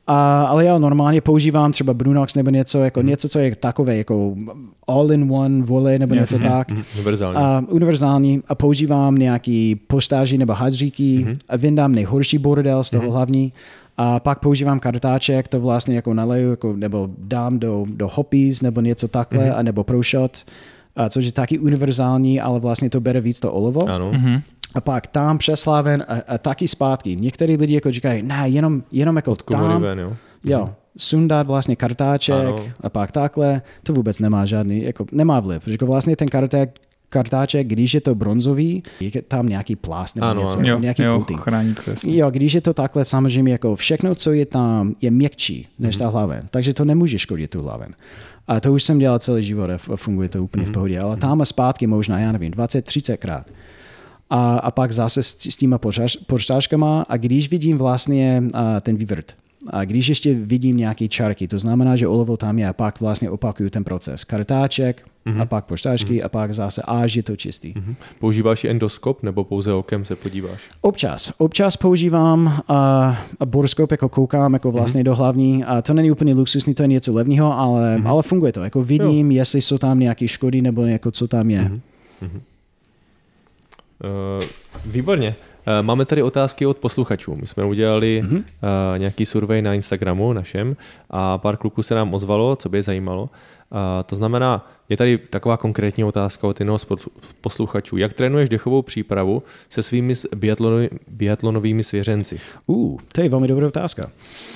A, ale já normálně používám třeba Brunox nebo něco, jako mm. něco, co je takové jako all-in-one vole nebo něco Jasně. tak. Mm, univerzální. A, univerzální a používám nějaký postáži nebo hadříky mm. a vyndám nejhorší bordel z toho mm. hlavní. A pak používám kartáček, to vlastně jako naleju, jako, nebo dám do, do hoppies nebo něco takhle, mm. a nebo proshot, a což je taky univerzální, ale vlastně to bere víc to olovo. Ano. Mm-hmm. A pak tam přesláven a, a taky zpátky. Některý lidi jako říkají, ne, jenom, jenom jako tam, ven, jo. jo, mm-hmm. sundat vlastně kartáček ano. a pak takhle, to vůbec nemá žádný, jako nemá vliv. Protože jako vlastně ten kartáček, kartáček, když je to bronzový, je tam nějaký plast nebo ano, něco, jo, nějaký jo, coating. chránit to jasně. Jo, když je to takhle, samozřejmě jako všechno, co je tam, je měkčí než mm-hmm. ta hlaven. Takže to nemůže škodit tu hlaven. A to už jsem dělal celý život a funguje to úplně mm-hmm. v pohodě. Ale tam a zpátky možná, já nevím, dvacet třicet krát. A, a pak zase s, s těma poštářkama a když vidím vlastně a, ten vývrt, a když ještě vidím nějaké čárky, to znamená, že olovo tam je a pak vlastně opakuju ten proces. Kartáček mm-hmm. a pak poštářky mm-hmm. a pak zase až je to čistý. Mm-hmm. Používáš i endoskop nebo pouze okem se podíváš? Občas. Občas používám a, a boroskop, jako koukám jako vlastně mm-hmm. do hlavní. A to není úplně luxusní, to je něco levného, ale, mm-hmm. ale funguje to. Jako vidím, jo. jestli jsou tam nějaké škody nebo jako co tam je. Mm-hmm. Uh, výborně. Uh, máme tady otázky od posluchačů. My jsme udělali mm-hmm. uh, nějaký survey na Instagramu našem a pár kluků se nám ozvalo, co by je zajímalo. Uh, to znamená, je tady taková konkrétní otázka od jednoho z posluchačů. Jak trénuješ dechovou přípravu se svými biatlonovými, biatlonovými svěřenci? Uh, to je velmi dobrá otázka.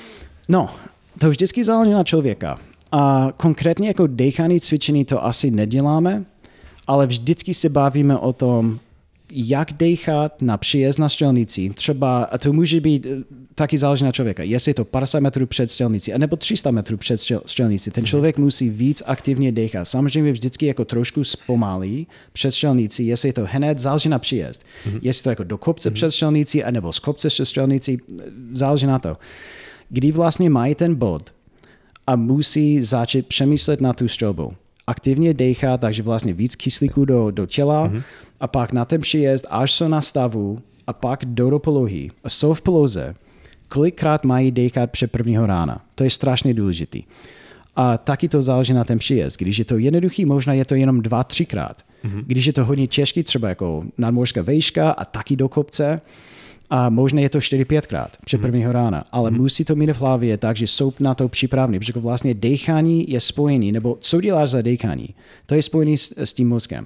No, to vždycky záleží na člověka. A konkrétně jako dechání cvičení to asi neděláme, ale vždycky se bavíme o tom, jak dechat na příjezd na střelnici. Třeba, a to může být taky záleží na člověka, jestli je to padesát metrů před střelnici, anebo tři sta metrů před střelnici. Ten člověk musí víc aktivně dechat. Samozřejmě vždycky jako trošku zpomalí před střelnici, jestli je to hned, záleží na příjezd. Mm-hmm. Jestli to jako do kopce mm-hmm. před střelnici, anebo z kopce před střelnici, záleží na to. Kdy vlastně mají ten bod a musí začít přemýšlet na tu střelbu. Aktivně dechat, takže vlastně víc kyslíku do, do těla, mm-hmm. a pak na ten příjezd, až jsou na stavu a pak jdou do polohy a jsou v poloze, kolikrát mají dechat před prvního rána. To je strašně důležitý. A taky to záleží na ten příjezd. Když je to jednoduchý, možná je to jenom dva, třikrát. Mm-hmm. Když je to hodně těžký, třeba jako nadmořská vejška a taky do kopce, a možná je to čtyři, pětkrát před prvního rána, ale mm-hmm. musí to mít v hlavě tak, že jsou na to připraveni, protože vlastně dechání je spojený, nebo co děláš za dechání, to je spojený s, s tím mozkem.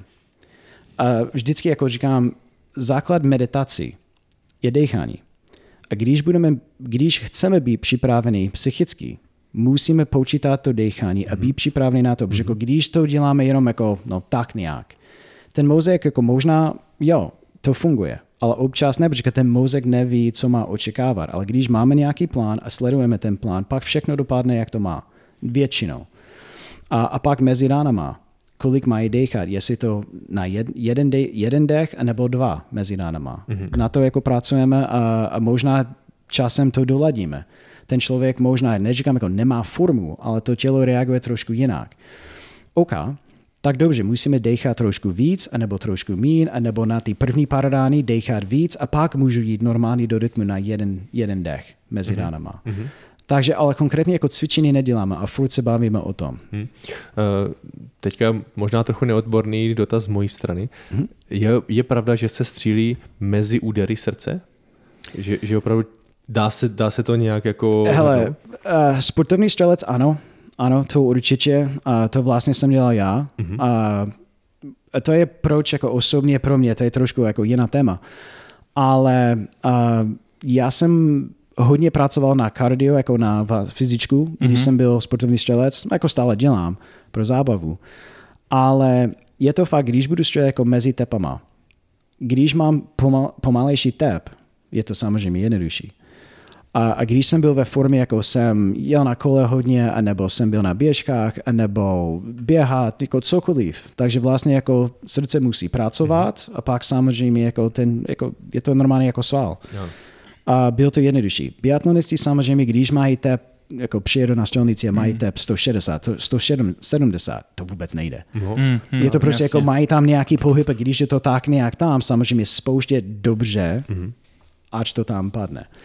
A vždycky, jako říkám, základ meditaci je dechání. A když, budeme, když chceme být připraveni psychicky, musíme počítat to dechání a být připraveni na to, protože jako když to děláme jenom jako, no tak nějak, ten mozek jako možná, jo, to funguje, ale občas ne, protože ten mozek neví, co má očekávat. Ale když máme nějaký plán a sledujeme ten plán, pak všechno dopadne, jak to má. Většinou. A, a pak mezi ránama, kolik mají dechat, jestli to na jed, jeden, de, jeden dech, anebo dva mezi ránama. Mm-hmm. Na to jako pracujeme a, a možná časem to doladíme. Ten člověk možná, neříkám, jako nemá formu, ale to tělo reaguje trošku jinak. OK, tak dobře, musíme dechat trošku víc, anebo trošku míň, anebo na ty první pár rány dechat víc a pak můžu jít normálně do rytmu na jeden, jeden dech mezi mm-hmm. ránama. Mm-hmm. Takže ale konkrétně jako cvičení neděláme a furt se bavíme o tom. Hmm. Uh, teďka možná trochu neodborný dotaz z mojí strany. Hmm. Je, je pravda, že se střílí mezi údery srdce? Že, že opravdu dá se, dá se to nějak jako... Hele, uh, sportovní střelec ano, ano, to určitě. Uh, to vlastně jsem dělal já. Hmm. Uh, a to je proč jako osobně pro mě, to je trošku jako jiná téma. Ale uh, já jsem hodně pracoval na kardio, jako na fyzičku, když mm-hmm. jsem byl sportovní střelec, jako stále dělám pro zábavu. Ale je to fakt, když budu střelit jako mezi tepama, když mám pomal, pomalejší tep, je to samozřejmě jednodušší. A, a když jsem byl ve formě, jako jsem jel na kole hodně, anebo jsem byl na běžkách, anebo běhat, jako cokoliv. Takže vlastně jako srdce musí pracovat mm-hmm. a pak samozřejmě jako ten, jako, je to normálně jako sval. No. A bylo to jednodušší. Biatlonisti samozřejmě, když mají tep, jako přijedou na střelnici a mají mm. tep sto šedesát, sto sedmdesát, to vůbec nejde. No. Mm, mm, je to prostě jasně. Jako mají tam nějaký pohyb, a když je to tak nějak tam, samozřejmě spouště dobře, mm. až to tam padne.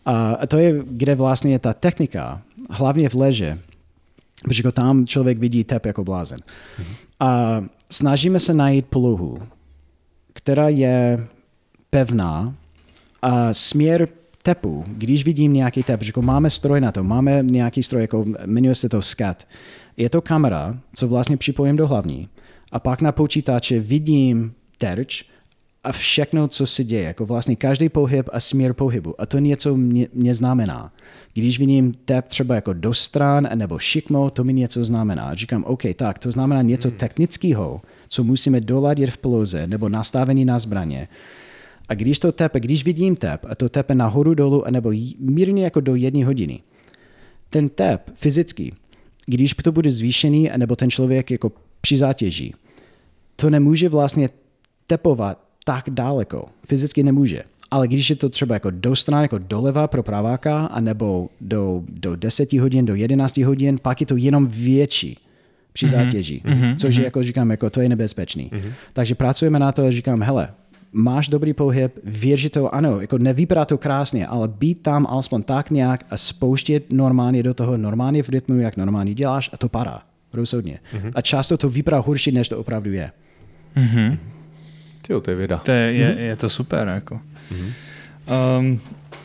A to je, kde vlastně je ta technika, hlavně v leže, protože jako tam člověk vidí tep jako blázen. Mm-hmm. A snažíme se najít polohu, která je pevná a směr tepu, když vidím nějaký tep, že jako máme stroj na to, máme nějaký stroj, jako jmenuje se to scat. Je to kamera, co vlastně připojím do hlavní a pak na počítači vidím terč a všechno, co se děje, jako vlastně každý pohyb a směr pohybu. A to něco mě, mě znamená. Když vidím tep třeba jako do stran nebo šikmo, to mi něco znamená. Říkám, OK, tak to znamená něco technického, co musíme doladit v poloze nebo nastavení na zbraně. A když to tepe, když vidím tep a to tepe nahoru dolů nebo mírně jako do jedné hodiny, ten tep fyzicky, když to bude zvýšený nebo ten člověk jako při zátěži, to nemůže vlastně tepovat tak daleko. Fyzicky nemůže. Ale když je to třeba jako do strany, jako doleva pro praváka, anebo do, do deseti hodin, do jedenácti hodin, pak je to jenom větší při mm-hmm. zátěži. Mm-hmm. Což je, jako říkám, jako to je nebezpečný. Mm-hmm. Takže pracujeme na to a říkám, hele, máš dobrý pohyb, věř, že to, ano, jako nevypadá to krásně, ale být tam alespoň tak nějak a spouštět normálně do toho, normálně v rytmu, jak normálně děláš a to padá. Rozhodně. Mm-hmm. A často to vypadá horší, než to opravdu je. Mm-hmm. Jo, to je věda. To je, je, je to super. Jako. Mm-hmm. Um,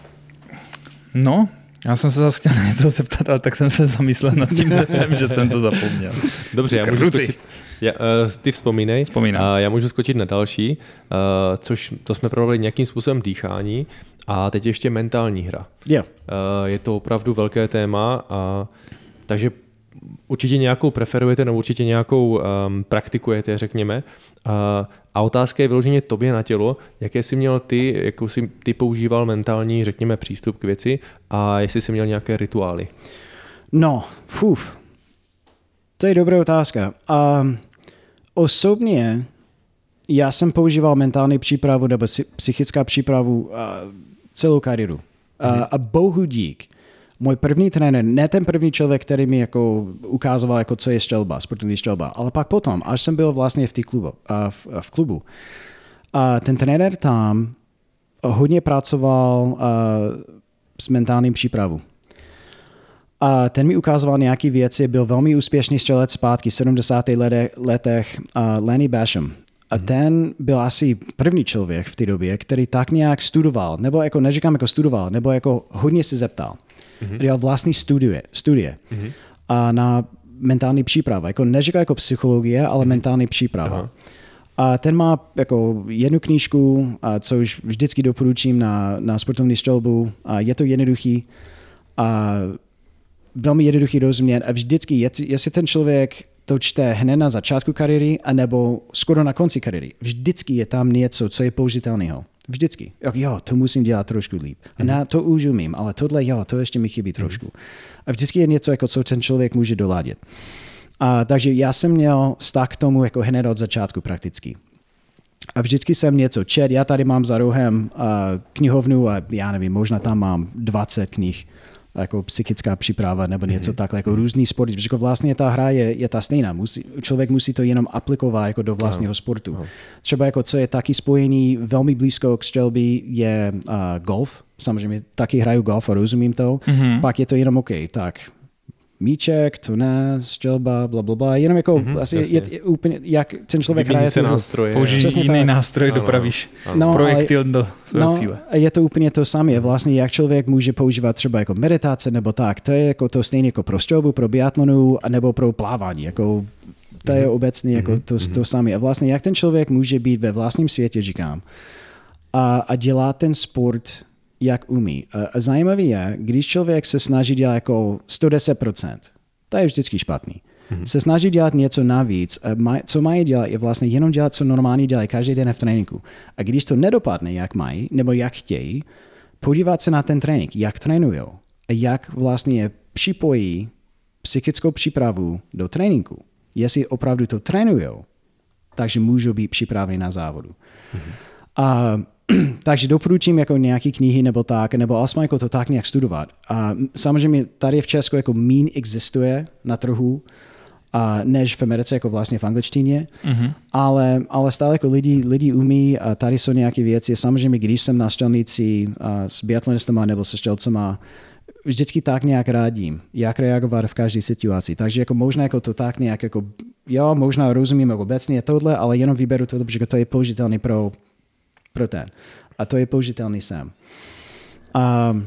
no, já jsem se zase chtěl něco zeptat, ale tak jsem se zamyslel nad tím tepem, že jsem to zapomněl. Dobře, já můžu skočit. Já, uh, ty vzpomínej. Vzpomínám. Uh, já můžu skočit na další, uh, což to jsme provedli nějakým způsobem dýchání a teď ještě mentální hra. Yeah. Uh, je to opravdu velké téma, a, takže určitě nějakou preferujete nebo určitě nějakou um, praktikujete, řekněme. Uh, a otázka je vyloženě tobě na tělo, jaké jsi měl ty, jakou jsi ty používal mentální, řekněme, přístup k věci a jestli jsi měl nějaké rituály. No, fuf. To je dobrá otázka. Um, osobně já jsem používal mentální přípravu nebo psychická přípravu uh, celou kariéru. Uh, mm. A bohu dík. Můj první trenér, ne ten první člověk, který mi jako ukázoval, jako co je střelba, sportovní střelba, ale pak potom, až jsem byl vlastně v, klubu, a v, v klubu. A ten trenér tam hodně pracoval a, s mentálním přípravou. A ten mi ukázoval nějaké věci, byl velmi úspěšný střelec zpátky v sedmdesátých letech uh, Lenny Basham. A ten byl asi první člověk v té době, který tak nějak studoval, nebo jako neříkám jako studoval, nebo jako hodně se zeptal. Mm-hmm. Dělal vlastní studie, studie mm-hmm. a na mentální přípravu. Jako neříkám jako psychologie, ale mm-hmm. mentální příprava. Aha. A ten má jako jednu knížku, a co už vždycky doporučím na, na sportovní střelbu. A je to jednoduchý a velmi jednoduchý rozumět. A vždycky, jestli ten člověk to čte hned na začátku kariéry, anebo skoro na konci kariéry, vždycky je tam něco, co je použitelného. Vždycky. Jo, to musím dělat trošku líp. A na to už umím, ale tohle, jo, to ještě mi chybí trošku. A vždycky je něco, jako co ten člověk může doladit. A takže já jsem měl vztah k tomu jako hned od začátku prakticky. A vždycky jsem něco čet. Já tady mám za rohem uh, knihovnu a já nevím, možná tam mám dvacet knih, jako psychická příprava nebo něco mm-hmm. takhle, jako různý sporty, protože vlastně ta hra je, je ta stejná. Musí, člověk musí to jenom aplikovat jako do vlastního no. sportu. No. Třeba jako co je taky spojený velmi blízko k střelbě je uh, golf. Samozřejmě taky hraju golf a rozumím to. Mm-hmm. Pak je to jenom OK, tak míček, to ne, střelba, blablabla, jenom jako mm-hmm, asi je, je úplně, jak ten člověk hraje. Se nástroje. Použij jiný tak. nástroj, ano, dopravíš ano. projektil do svého no, cíle. Je to úplně to samé. Vlastně jak člověk může používat třeba jako meditace nebo tak, to je jako to stejně jako pro střelbu, pro biatlonu nebo pro plávání. Jako, to je mm-hmm. obecně jako to, mm-hmm. to samé. A vlastně jak ten člověk může být ve vlastním světě, říkám, a, a dělat ten sport jak umí. A zajímavý je, když člověk se snaží dělat jako sto deset procent, to je vždycky špatný. Mm-hmm. Se snaží dělat něco navíc, a maj, co mají dělat, je vlastně jenom dělat, co normálně dělají každý den v tréninku. A když to nedopadne, jak mají, nebo jak chtějí, podívat se na ten trénink, jak trénujou a jak vlastně připojí psychickou přípravu do tréninku. Jestli opravdu to trénujou, takže můžou být připraveni na závodu. Mm-hmm. A takže doporučím jako nějaké knihy nebo tak, nebo alespoň jako to tak nějak studovat. A samozřejmě tady v Česku jako míň existuje na trhu a než v Americe jako vlastně v angličtině, mm-hmm. ale, ale stále jako lidi, lidi umí a tady jsou nějaké věci. Samozřejmě, když jsem na střelnici s biatlonistama nebo se střelcema, vždycky tak nějak rádím, jak reagovat v každé situaci. Takže jako možná jako to tak nějak, jako, jo, možná rozumím jako obecně tohle, ale jenom vyberu to, protože to je použitelný pro, pro ten. A to je použitelný sem. Um,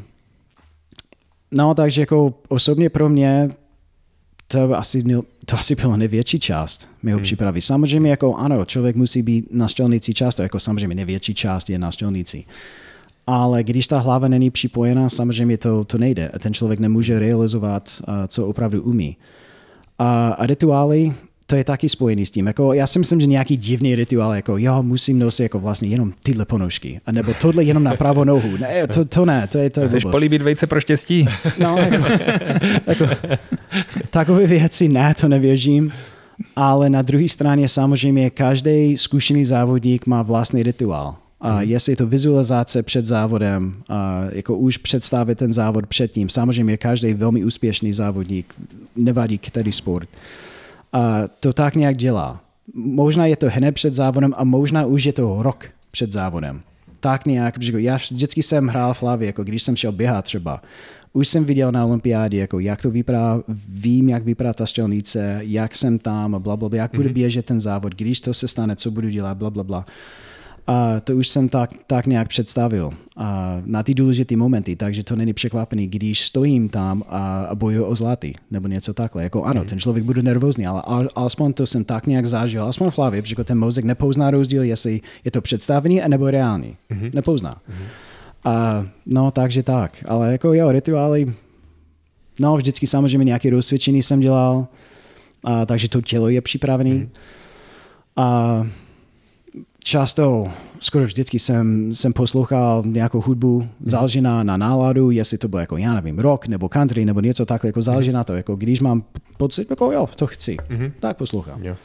no, takže jako osobně pro mě to asi, to asi byla největší část mého hmm. přípravy. Samozřejmě jako ano, člověk musí být na střelnici často, jako samozřejmě největší část je na střelnici. Ale když ta hlava není připojená, samozřejmě to, to nejde. A ten člověk nemůže realizovat, uh, co opravdu umí. A, a rituály, to je taky spojený s tím. Jako, já si myslím, že nějaký divný rituál, jako jo, musím nosit jako vlastně jenom tyhle ponožky. A nebo tohle jenom na pravou nohu. Ne, to, to ne, to je to. Chceš políbit vejce pro štěstí? No, jako, jako, takové věci ne, to nevěřím. Ale na druhé straně samozřejmě každý zkušený závodník má vlastní rituál. A jestli je to vizualizace před závodem, a jako už představit ten závod předtím. Samozřejmě každý velmi úspěšný závodník, nevadí který sport. A to tak nějak dělá. Možná je to hned před závodem a možná už je to rok před závodem. Tak nějak, protože já vždycky jsem hrál v hlavě, jako když jsem šel běhat třeba. Už jsem viděl na olympiádě, jako jak to vypadá, vím, jak vypadá ta střelnice, jak jsem tam a blablabla, jak mm-hmm. bude běžet ten závod, když to se stane, co budu dělat, blablabla. A to už jsem tak, tak nějak představil a na ty důležité momenty, takže to není překvapený, když stojím tam a, a bojuju o zlaty nebo něco takhle. Jako ano, ten člověk bude nervózní, ale al, alespoň to jsem tak nějak zažil, alespoň v hlavě, protože ten mozek nepozná rozdíl, jestli je to představený nebo reálný. Mm-hmm. Nepozná. Mm-hmm. A, no, takže tak. Ale jako jo, rituály, no vždycky samozřejmě nějaké rozcvičení jsem dělal, a, takže to tělo je připravené. Mm-hmm. A často, skoro vždycky jsem, jsem poslouchal nějakou hudbu, záleží na, na náladu, jestli to bylo jako, já nevím, rock nebo country nebo něco takhle, jako záleží na to, jako když mám pocit, jako jo, to chci, mm-hmm. tak poslouchám. Yeah.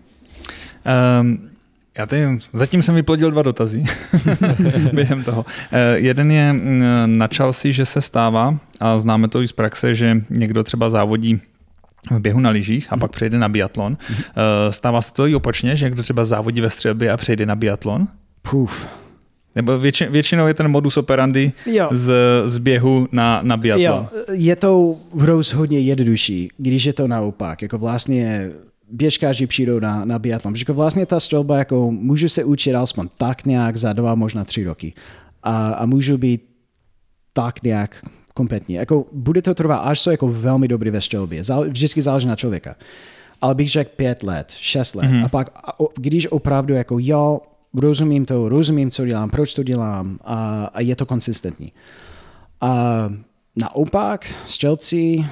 Um, já tady, zatím jsem vyplodil dva dotazy během toho. Uh, jeden je, načal si, že se stává, a známe to i z praxe, že někdo třeba závodí v běhu na lyžích a pak přejde na biatlon. Mm-hmm. Stává se to i opačně, že někdo třeba závodí ve střelbě a přejde na biatlon? Puf. Nebo větši, většinou je ten modus operandi z, z běhu na, na biatlon. Jo, je to rozhodně jednodušší, když je to naopak. Jako vlastně běžkáři přijdou na, na biatlon. Protože vlastně ta střelba, jako můžu se učit alespoň tak nějak za dva, možná tři roky. A, a můžu být tak nějak kompletně. Jako, bude to trvat, až jsou jako velmi dobrý ve střelbě. Zál, vždycky záleží na člověka. Ale bych řekl pět let, šest let. Mm-hmm. A pak, když opravdu jako jo, rozumím to, rozumím, co dělám, proč to dělám a, a je to konsistentní. A naopak, střelci,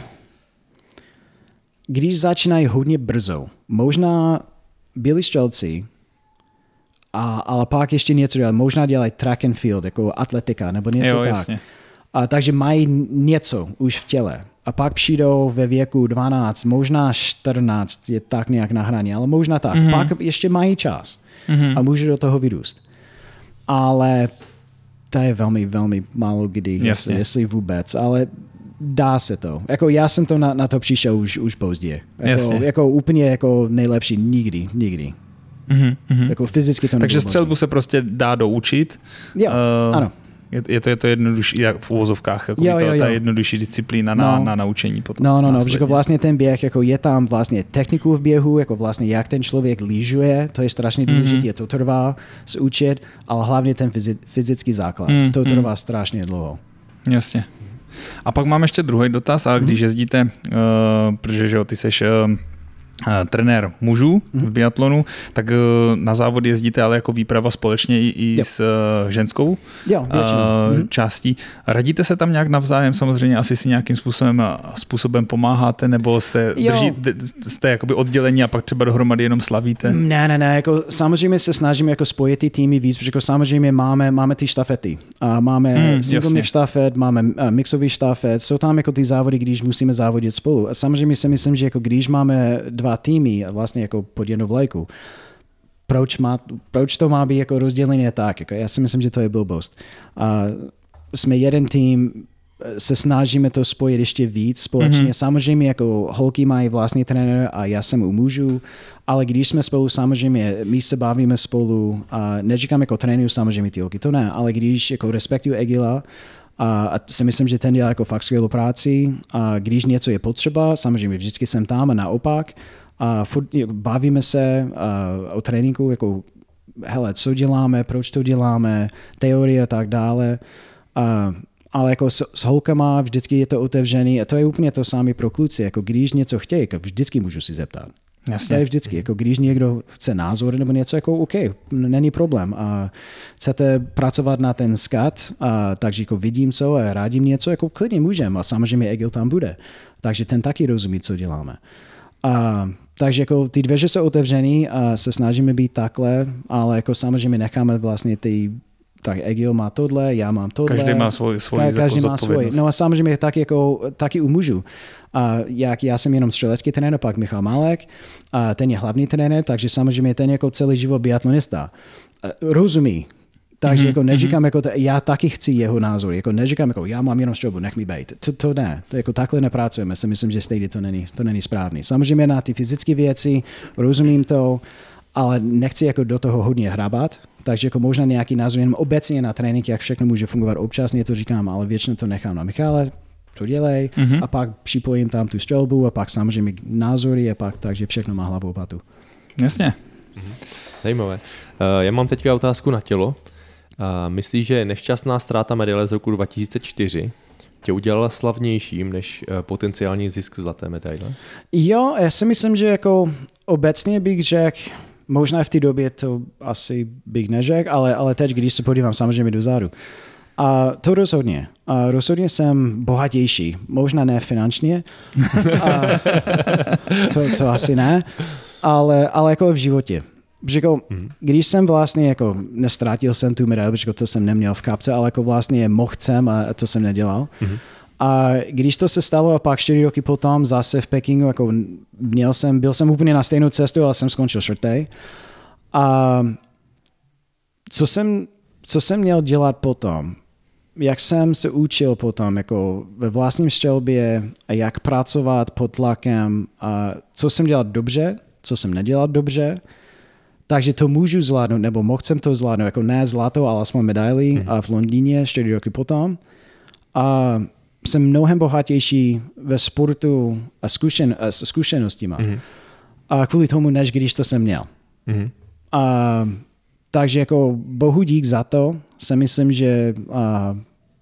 když začínají hodně brzo, možná byli střelci, a, ale pak ještě něco dělají, možná dělají track and field, jako atletika, nebo něco jo, tak. Jasně. A takže mají něco už v těle. A pak přijdou ve věku dvanáct, možná čtrnáct, je tak nějak na hraně, ale možná tak. Mm-hmm. Pak ještě mají čas mm-hmm. a můžu do toho vyrůst. Ale to je velmi, velmi málo kdy, jestli, jestli vůbec. Ale dá se to. Jako já jsem to na, na to přišel už, už pozdě. Jako, jako úplně jako nejlepší nikdy, nikdy. Mm-hmm. Jako fyzicky to Takže střelbu se prostě dá doučit. Jo, uh, ano. Je, je, to, je to jednodušší, jak v uvozovkách, jako jo, jo, jo. ta jednodušší disciplína na, no. na naučení potom. No, no, no, protože vlastně ten běh, jako je tam vlastně techniku v běhu, jako vlastně jak ten člověk lyžuje, to je strašně důležité, mm-hmm. to trvá se učit, ale hlavně ten fyzický základ, mm-hmm. to trvá strašně dlouho. Jasně. A pak mám ještě druhý dotaz, a když mm-hmm. jezdíte, uh, protože že jo, ty seš... Uh, trenér mužů mm-hmm. v biatlonu, tak na závod jezdíte ale jako výprava společně i, i s ženskou jo, uh, částí. Radíte se tam nějak navzájem? Samozřejmě asi si nějakým způsobem, způsobem pomáháte, nebo se drží, jste jakoby oddělení a pak třeba dohromady jenom slavíte? Ne, ne, ne. Jako, samozřejmě se snažíme jako spojit ty týmy víc, protože jako samozřejmě máme, máme ty štafety. A máme mm, single štafet, máme mixový štafet. Jsou tam jako ty závody, když musíme závodit spolu. A samozřejmě si myslím, že jako když máme dva týmy vlastně jako pod jednou vlajku. Proč, má, proč to má být jako rozdělené tak? Jako já si myslím, že to je blbost. A jsme jeden tým, se snažíme to spojit ještě víc společně. Mm-hmm. Samozřejmě jako holky mají vlastní trenér a já jsem u mužů, ale když jsme spolu, samozřejmě my se bavíme spolu a neříkám jako trénuju samozřejmě ty holky, to ne, ale když jako respektuju Egila a, a si myslím, že ten dělá jako fakt skvělou práci a když něco je potřeba, samozřejmě vždycky jsem tam a naopak a furt bavíme se a, o tréninku, jako hele, co děláme, proč to děláme, teorie a tak dále. A, ale jako s, s holkama vždycky je to otevřený a to je úplně to samé pro kluci. Jako když něco chtějí, jako vždycky můžu si zeptat. Jasně. To je vždycky. Jako když někdo chce názor nebo něco, jako OK, není problém. A chcete pracovat na ten skat, a, takže jako vidím co a rádím něco, jako klidně můžeme a samozřejmě Egil tam bude. Takže ten taky rozumí, co děláme. A, takže jako ty dveře jsou otevřený a se snažíme být takhle, ale jako samozřejmě necháme vlastně ty, tak Egil má tohle, já mám tohle. Každý má svůj, svůj Ka- každý má svůj. No a samozřejmě taky, jako, taky u mužů. A jak já jsem jenom střelecký trenér, pak Michal Málek, a ten je hlavní trenér, takže samozřejmě ten jako celý život biatlonista. Rozumí. Takže mm-hmm. jako neříkám, jako to, já taky chci jeho názor, jako neříkám, jako já mám jenom střelbu, nech mi bejt. To, to ne, to jako takhle nepracujeme, si myslím, že stejně to není, to není správný. Samozřejmě na ty fyzické věci, rozumím to, ale nechci jako do toho hodně hrabat, takže jako možná nějaký názor jenom obecně na trénink, jak všechno může fungovat, občas něco říkám, ale většinou to nechám na Michále, to dělej mm-hmm. a pak připojím tam tu střelbu a pak samozřejmě názory a pak takže všechno má hlavu patu. Jasně. Zajímavé. Já mám teďka otázku na tělo. Myslíš, že nešťastná ztráta medaile z roku dva tisíce čtyři tě udělala slavnějším než potenciální zisk zlaté medaile? Jo, já si myslím, že jako obecně bych řekl, možná v té době to asi bych neřekl, ale, ale teď, když se podívám samozřejmě dozadu. A to rozhodně. A rozhodně jsem bohatější. Možná ne finančně. A to, to asi ne. Ale, ale jako v životě. Jako, hmm. Když jsem vlastně, jako nestrátil jsem tu medaili, protože to jsem neměl v kapce, ale jako vlastně mohl jsem a to jsem nedělal. Hmm. A když to se stalo a pak čtyři roky potom zase v Pekingu, jako měl jsem, byl jsem úplně na stejnou cestu, ale jsem skončil čtvrtý. A co jsem, co jsem měl dělat potom? Jak jsem se učil potom jako ve vlastním střelbě a jak pracovat pod tlakem a co jsem dělal dobře, co jsem nedělal dobře, takže to můžu zvládnout, nebo mohl jsem to zvládnout, jako ne zlato, ale aspoň medaili mm. a v Londýně čtyři roky potom. A jsem mnohem bohatější ve sportu a, zkušen, a s zkušenostima. Mm. A kvůli tomu, než když to jsem měl. Mm. A, takže jako bohu dík za to, se myslím, že a,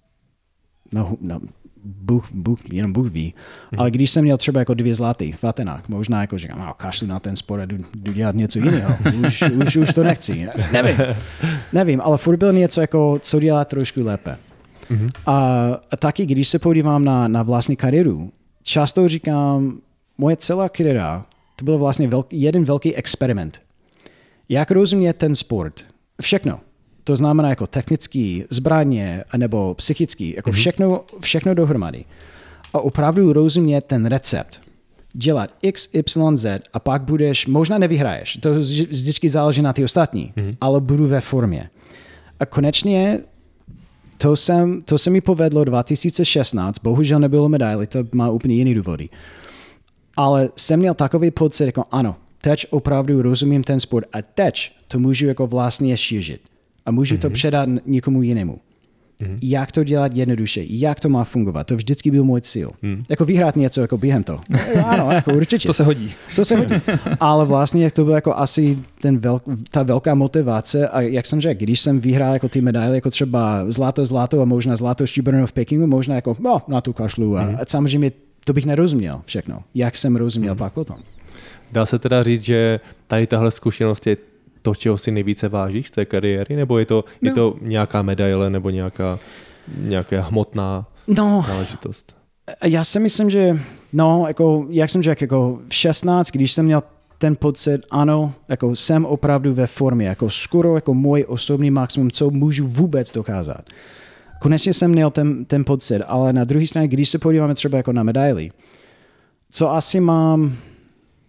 no, no, Bůh, Bůh, jenom Bůh ví. Mm. Ale když jsem měl třeba jako dvě zlaty v Atenách, možná jako říkám, no, kašlu na ten sport a jdu, jdu dělat něco jiného. Už, už, už to nechci. Nevím. Nevím, ale furt byl něco, jako, co dělat trošku lépe. Mm. A, a taky, když se podívám na, na vlastní kariéru, často říkám, moje celá kariéra, to byl vlastně velký, jeden velký experiment. Jak rozumět ten sport? Všechno. To znamená jako technický, zbraně, nebo psychický, jako všechno, všechno dohromady. A opravdu rozumět ten recept. Dělat X, Y, Z a pak budeš, možná nevyhraješ, to vždycky záleží na ty ostatní, mm-hmm. ale budu ve formě. A konečně to, jsem, to se mi povedlo dva tisíce šestnáct, bohužel nebylo medaily, to má úplně jiný důvody. Ale jsem měl takový pocit, jako ano, teď opravdu rozumím ten sport a teď to můžu jako vlastně šířit. A můžu mm-hmm. to předat někomu jinému. Mm-hmm. Jak to dělat jednoduše, jak to má fungovat. To vždycky byl můj cíl. Mm. Jako vyhrát něco jako během toho. Ano, jako určitě. To se hodí. To se hodí. Ale vlastně jak to bylo jako asi ten velk, ta velká motivace a jak jsem řekl, když jsem vyhrál jako ty medaile, jako třeba zlato, zlato a možná zlato stříbrno v Pekingu, možná jako no, na tu kašlu. A, mm. a samozřejmě to bych nerozuměl všechno. Jak jsem rozuměl mm. pak potom. Dá se teda říct, že tady tahle zkušenost je to, čeho si nejvíce vážíš z té kariéry, nebo je to, no. je to nějaká medaile nebo nějaká, nějaká hmotná no. záležitost? Já si myslím, že no, jako, jak jsem řekl, jako v šestnáct, když jsem měl ten pocit, ano, jako jsem opravdu ve formě, jako skoro jako můj osobní maximum, co můžu vůbec dokázat. Konečně jsem měl ten, ten pocit, ale na druhé straně, když se podíváme třeba jako na medaily, co asi mám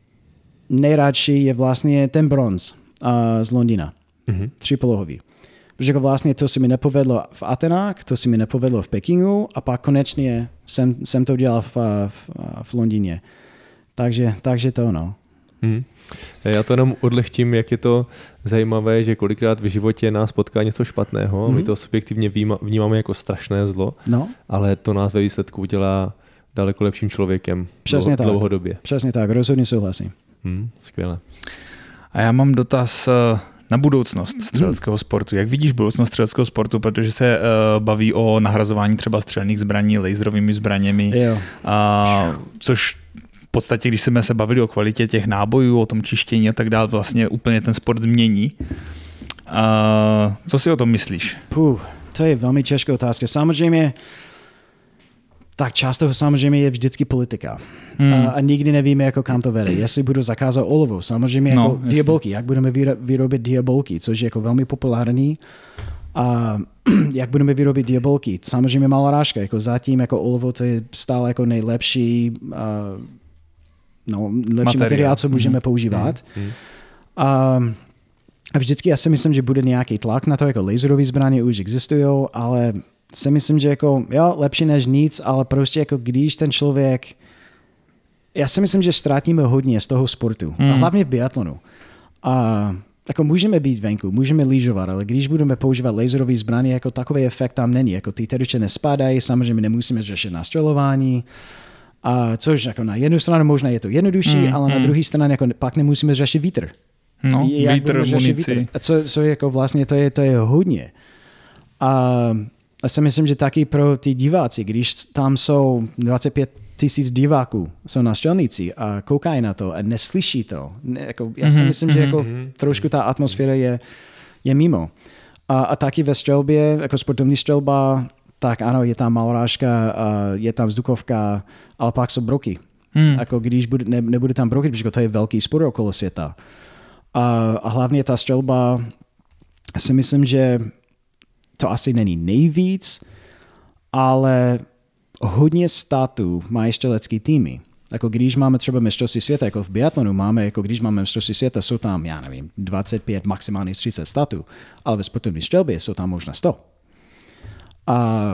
nejradši je vlastně ten bronz uh, z Londýna, mm-hmm. třipolohový. Protože jako vlastně to se mi nepovedlo v Atenách, to se mi nepovedlo v Pekingu a pak konečně jsem, jsem to dělal v, v, v Londýně. Takže, takže to no. Hmm. Já to jenom odlehčím, jak je to zajímavé, že kolikrát v životě nás potká něco špatného, mm-hmm. my to subjektivně vnímáme jako strašné zlo, no. ale to nás ve výsledku udělá daleko lepším člověkem. Přesně tak. Dlouhodobě. Přesně tak, rozhodně souhlasím. Hmm, skvěle. A já mám dotaz na budoucnost střeleckého sportu. Jak vidíš budoucnost střeleckého sportu, protože se uh, baví o nahrazování třeba střelných zbraní laserovými zbraněmi, jo. A, což v podstatě, když jsme se bavili o kvalitě těch nábojů, o tom čištění a tak dále, vlastně úplně ten sport mění. A, co si o tom myslíš? Puh, to je velmi těžká otázka. Samozřejmě tak často samozřejmě je vždycky politika. Hmm. A, a nikdy nevíme, jako kam to vede. Jestli budu zakázat olovo, samozřejmě jako no, diabolky, jak budeme vyrobit diabolky, což je jako velmi populární. A jak budeme vyrobit diabolky, samozřejmě malorážka, jako zatím jako olovo to je stále jako nejlepší uh, no, lepší materiál, materiál co můžeme hmm. používat. Hmm. A, a vždycky já si myslím, že bude nějaký tlak na to, jako laserové zbraně už existují, ale si myslím, že jako, jo, lepší než nic, ale prostě jako když ten člověk, já si myslím, že ztratíme hodně z toho sportu, mm. a hlavně v biatlonu. A jako můžeme být venku, můžeme lyžovat, ale když budeme používat laserové zbraně, jako takový efekt tam není, jako ty terče nespadají, samozřejmě nemusíme řešit nastřelování, a což jako na jednu stranu možná je to jednodušší, mm. ale mm. na druhé straně jako pak nemusíme řešit vítr. No, jak vítr, munici. Vítr? A co, co jako vlastně to je, to je hodně. A A si myslím, že taky pro ty diváci, když tam jsou dvacet pět tisíc diváků, jsou na střelnici a koukají na to a neslyší to. Ne, jako, já si myslím, že jako trošku ta atmosféra je, je mimo. A, a taky ve střelbě, jako sportovní střelba, tak ano, je tam malorážka, je tam vzduchovka, ale pak jsou broky. Hmm. Jako když bude, ne, nebude tam broky, protože to je velký sport okolo světa. A, a hlavně ta střelba, si myslím, že to asi není nejvíc, ale hodně států mají střelecký týmy. Jako když máme třeba mistrovství světa, jako v biatlonu máme, jako když máme mistrovství světa, jsou tam, já nevím, dvacet pět, maximálně třicet států, ale ve sportovní střelbě jsou tam možná sto. A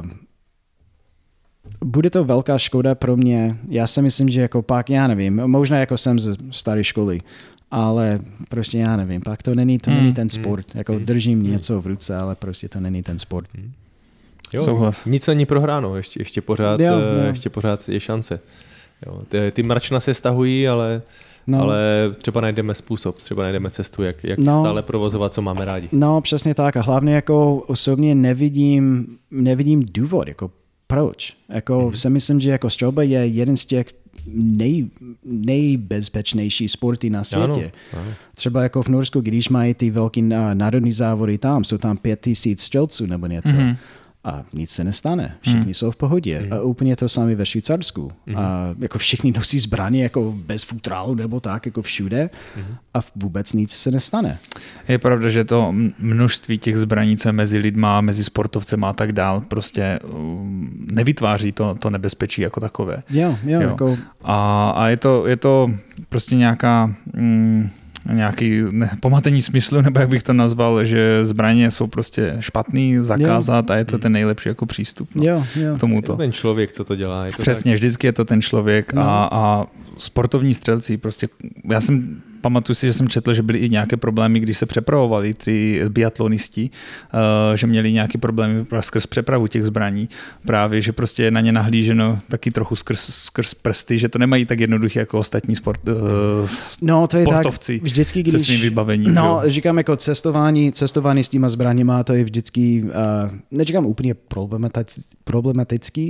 bude to velká škoda pro mě. Já si myslím, že jako pak, já nevím, možná jako jsem z staré školy, ale prostě já nevím, pak to není, to mm, není ten sport. Mm, jako mm, držím mm. něco v ruce, ale prostě to není ten sport. Mm. Jo, souhlas. Nic není prohráno, ještě, ještě, pořád, jo, jo. ještě pořád je šance. Jo, ty, ty mračna se stahují, ale, no. ale třeba najdeme způsob, třeba najdeme cestu, jak, jak no. stále provozovat, co máme rádi. No, přesně tak. A hlavně jako osobně nevidím, nevidím důvod, jako proč. Jako mm. si myslím, že jako střelba je jeden z těch nej, nejbezpečnější sporty na světě. Ano, ano. Třeba jako v Norsku, když mají ty velké národní závody tam, jsou tam pět tisíc střelců nebo něco. Mm-hmm. A nic se nestane. Všichni mm. jsou v pohodě. Mm. A úplně to samé ve Švýcarsku. Mm. A jako všichni nosí zbraně jako bez futrálu nebo tak, jako všude. Mm. A vůbec nic se nestane. Je pravda, že to množství těch zbraní, co je mezi lidma, mezi sportovcem a tak dál, prostě nevytváří to, to nebezpečí jako takové. Jo, jo. jo. Jako... A, a je, to, je to prostě nějaká... Mm, nějaký ne, pomatení smyslu, nebo jak bych to nazval, že zbraně jsou prostě špatný, zakázat jo. a je to ten nejlepší jako přístup no, jo, jo. k tomuto. Je to ten člověk, co to dělá. Je to Přesně, tak? Vždycky je to ten člověk no. a, a sportovní střelci prostě, já jsem pamatuju si, že jsem četl, že byly i nějaké problémy, když se přepravovali ty biatlonisti, uh, že měli nějaké problémy skrz přepravu těch zbraní. Právě, že prostě je na ně nahlíženo taky trochu skrz, skrz prsty, že to nemají tak jednoduché jako ostatní sport, uh, no, to je sportovci tak, vždycky, když, se svým vybavením. No, že? Říkám jako cestování, cestování s těma zbraněma, to je vždycky, uh, neříkám úplně problematický, problematický.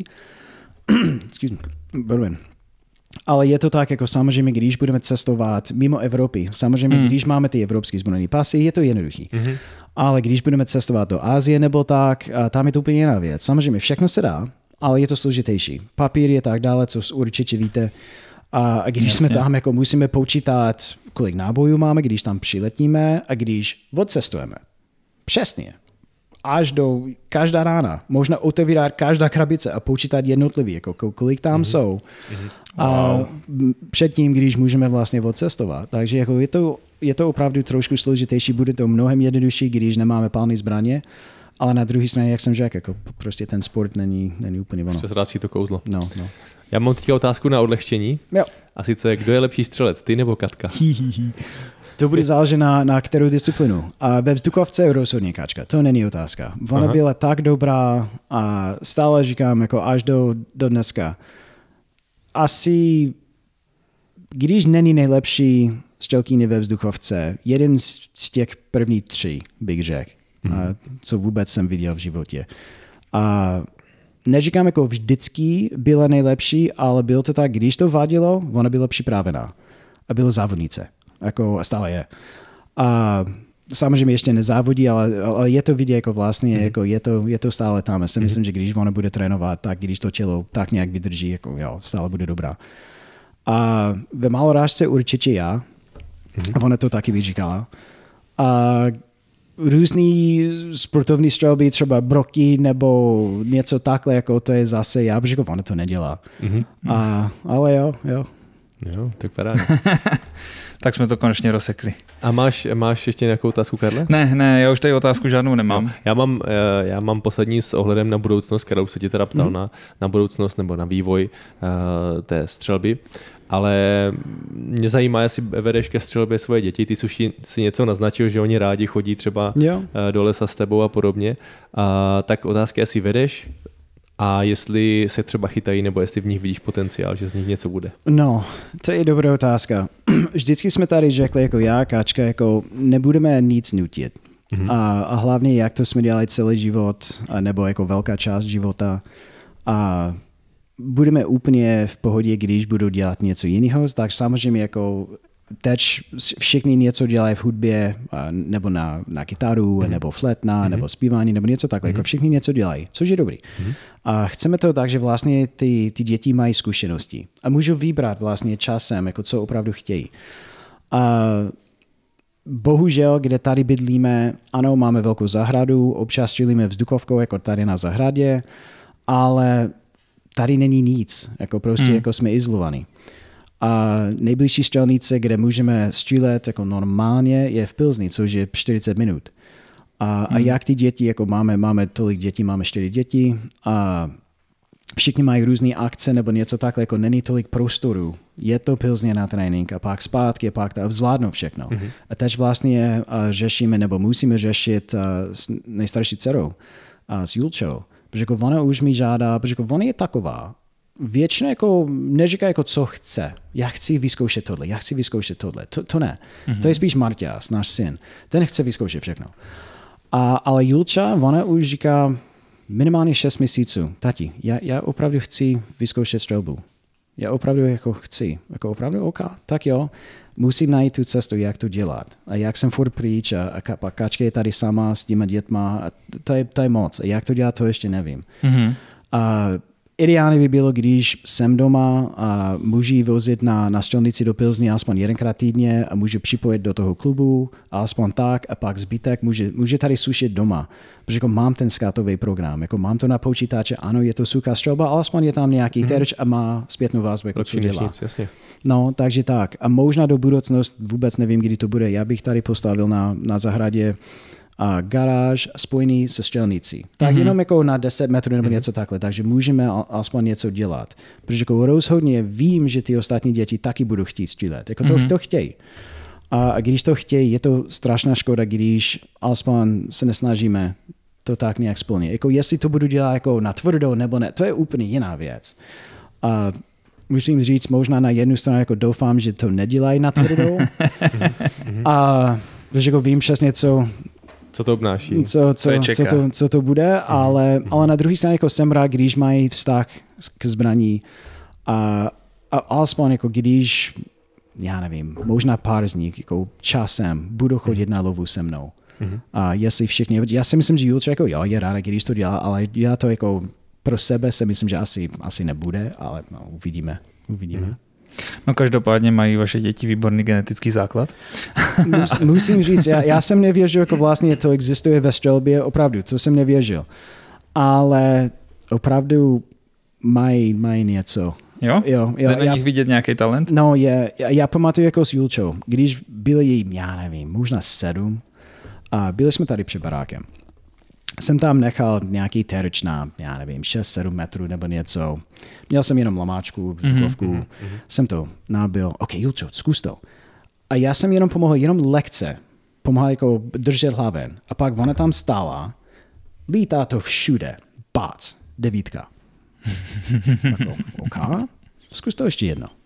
Excuse me. Ale je to tak, jako samozřejmě, když budeme cestovat mimo Evropy, samozřejmě, mm. když máme ty evropské zbrojní pasy, je to jednoduchý. Mm-hmm. Ale když budeme cestovat do Asie nebo tak, tam je to úplně jiná věc. Samozřejmě všechno se dá, ale je to složitější. Papír je tak dále, co určitě víte. A když Jasně. jsme tam, jako musíme počítat, kolik nábojů máme, když tam přiletíme a když odcestujeme. Přesně. až do každá rána. Možná otevírat každá krabice a počítat jednotlivě, jako kolik tam mm-hmm. jsou. Mm-hmm. A wow. předtím, když můžeme vlastně odcestovat. Takže jako je, to, je to opravdu trošku složitější, bude to mnohem jednodušší, když nemáme palné zbraně, ale na druhé straně, jak jsem řekl, jako prostě ten sport není, není úplně ono. Ještě ztrácí to kouzlo. No, no. Já mám teďka otázku na odlehčení. Jo. A sice, kdo je lepší střelec, ty nebo Katka? To bude záležet na, na kterou disciplinu. A ve vzduchovce rozhodně Kačka, to není otázka. Ona Aha. byla tak dobrá a stále říkám, jako až do, do dneska. Asi, když není nejlepší střelkyně ve vzduchovce, jeden z těch prvních tři bych řekl, hmm. co vůbec jsem viděl v životě. A neříkám, jako vždycky byla nejlepší, ale bylo to tak, když to vadilo, ona byla připravená. A byla závodnice. Jako stále je. A samozřejmě ještě nezávodí, ale, ale je to vidět, jako vlastně, mm. jako je, to, je to stále tam. Já si myslím, mm. že když ona bude trénovat, tak když to tělo tak nějak vydrží, jako jo, stále bude dobrá. A ve malorážce určitě já. Mm. Ona to taky vyříkala. A různý sportovní střelby, třeba broky nebo něco takhle, jako to je zase já, protože ona to nedělá. Mm. A, ale jo, jo. Jo, tak paráda. Tak jsme to konečně rozsekli. A máš, máš ještě nějakou otázku, Karle? Ne, ne, já už tady otázku žádnou nemám. No, já, mám, já mám poslední s ohledem na budoucnost, kterou se tě teda ptal mm. na, na budoucnost nebo na vývoj uh, té střelby. Ale mě zajímá, jestli vedeš ke střelbě svoje děti. Ty jsi si něco naznačil, že oni rádi chodí třeba jo. do lesa s tebou a podobně. A tak otázka, jestli vedeš a jestli se třeba chytají, nebo jestli v nich vidíš potenciál, že z nich něco bude. No, to je dobrá otázka. Vždycky jsme tady řekli, jako já, Kačka, jako nebudeme nic nutit. Mm-hmm. A, a hlavně, jak to jsme dělali celý život, nebo jako velká část života. A budeme úplně v pohodě, když budu dělat něco jiného, tak samozřejmě jako teď všichni něco dělají v hudbě, nebo na, na kytaru, mm-hmm. nebo flétna, mm-hmm. nebo zpívání, nebo něco takhle. Mm-hmm. Jako všichni něco dělají, což je dobrý. Mm-hmm. A chceme to tak, že vlastně ty, ty děti mají zkušenosti. A můžou vybrat vlastně časem, jako co opravdu chtějí. A bohužel, kde tady bydlíme, ano, máme velkou zahradu, občas střílíme vzduchovkou, jako tady na zahradě, ale tady není nic, jako prostě mm. jako jsme izolovaní. A nejbližší střelnice, kde můžeme střílet jako normálně, je v Pilzni, což je čtyřicet minut. A, mm. a jak ty děti, jako máme, máme tolik dětí, máme čtyři děti a všichni mají různé akce nebo něco takhle, jako není tolik prostoru. Je to Pilzně na trénink a pak zpátky a pak a zvládnou všechno. Mm. A teď vlastně uh, řešíme nebo musíme řešit uh, s nejstarší dcerou, uh, s Julčou. Protože jako ona už mi žádá, protože jako ona je taková, většinou jako neříká, jako co chce. Já chci vyzkoušet tohle, já chci vyzkoušet tohle. To, to ne. Mm-hmm. To je spíš Marťas, náš syn. Ten chce vyzkoušet všechno. A, ale Julča, ona už říká minimálně šest měsíců. Tati, já, já opravdu chci vyzkoušet střelbu. Já opravdu jako chci. Jako opravdu OK, tak jo. Musím najít tu cestu, jak to dělat. A jak jsem furt pryč a, a Kačka je tady sama s těma dětma, a to je, to je moc. A jak to dělat, to ještě nevím. Mm-hmm. A ideálně by bylo, když jsem doma a můžu vozit na, na střelnici do Pilzny aspoň jedenkrát týdně a můžu připojit do toho klubu, aspoň tak, a pak zbytek může, může tady sušit doma. Protože jako mám ten skatový program, jako mám to na počítače, ano, je to suchá střelba, ale aspoň je tam nějaký mm-hmm. terč a má zpětnou vazbu, jako co dělá. Nic, jasně. No, takže tak. A možná do budoucnost, vůbec nevím, kdy to bude. Já bych tady postavil na, na zahradě a garáž spojený se střelnicí. Tak mm-hmm. jenom jako na deset metrů nebo mm-hmm. něco takhle, takže můžeme aspoň něco dělat. Protože jako rozhodně vím, že ty ostatní děti taky budou chtít střílet. Jako to, mm-hmm. to chtějí. A když to chtějí, je to strašná škoda, když aspoň se nesnažíme to tak nějak splnit. Jako jestli to budu dělat jako na tvrdou nebo ne, to je úplně jiná věc. A musím říct, možná na jednu stranu jako doufám, že to nedělají na tvrdou. A protože jako vím přesně, co Co to obnáší? Co, co, co, to, co to bude, ale, mm. ale na druhé straně jako jsem rád, když mají vztah k zbraní a, a alespoň jako když, já nevím, možná pár z nich jako časem budou chodit na lovu se mnou. Mm. A jestli všichni, já si myslím, že Julča jako jo, je ráda, když to dělá, ale já to jako pro sebe si myslím, že asi, asi nebude, ale no, uvidíme. uvidíme. Mm. No každopádně mají vaše děti výborný genetický základ. Mus, musím říct, já, já jsem nevěřil, jako vlastně to existuje ve střelbě, opravdu, co jsem nevěřil. Ale opravdu mají, mají něco. Jo? Jo, jo je na já, nich vidět nějaký talent? No je, já, já pamatuju jako s Julčou, když byli jí, já nevím, možná sedm, a byli jsme tady před barákem. Jsem tam nechal nějaký terč na, já nevím, šest sedm metrů nebo něco. Měl jsem jenom lamáčku, vzduchovku, mm-hmm. jsem to nabil. OK, Julčo, zkus to. A já jsem jenom pomohl, jenom lehce, pomohl jako držet hlaven. A pak ona tam stála, lítá to všude, bác, devítka. Jako, OK, zkus to ještě jedno.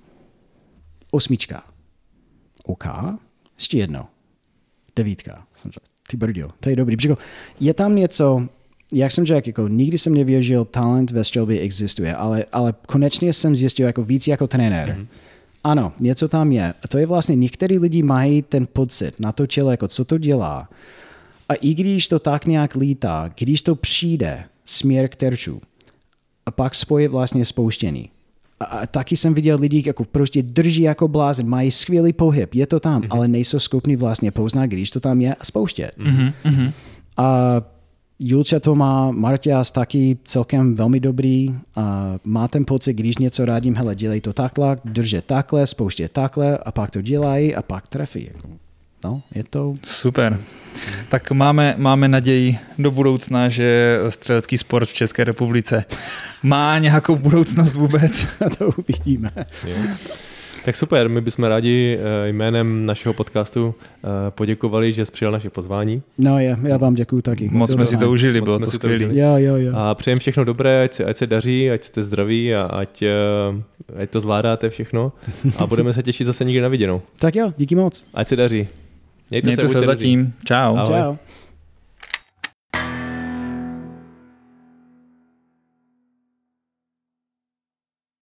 Osmička. OK, ještě jedno. Devítka. Jsem řekl, ty brďo, to je dobrý. Protože je tam něco, jak jsem řekl, jako, nikdy jsem nevěřil, talent ve střelbě existuje, ale, ale konečně jsem zjistil jako víc jako trenér. Mm-hmm. Ano, něco tam je. A to je vlastně, některý lidi mají ten pocit na to tělo, jako co to dělá. A i když to tak nějak lítá, když to přijde směr k terču, a pak spojí vlastně spouštění. A, a taky jsem viděl lidi, jako prostě drží jako blázen, mají skvělý pohyb, je to tam, mm-hmm. ale nejsou schopni vlastně poznat, když to tam je a spouštět. Mm-hmm. A Julča to má, Marťas taky celkem velmi dobrý. A má ten pocit, když něco rádím, hele, dělej to takhle, držet takhle, spouštět takhle a pak to dělají a pak trefí. No, je to... Super. Tak máme, máme naději do budoucna, že střelecký sport v České republice má nějakou budoucnost vůbec. To uvidíme. Jo. Tak super, my bychom rádi jménem našeho podcastu poděkovali, že jsi přijal naše pozvání. No je, já vám děkuju taky. Moc jsme si to užili, bylo to skvělé. Jo, jo, jo. A přejem všechno dobré, ať se, ať se daří, ať jste zdraví a ať, ať to zvládáte všechno. A budeme se těšit zase někdy na viděnou. Tak jo, díky moc. Ať se daří. Mějte, Mějte se, se zatím. Čau. Čau.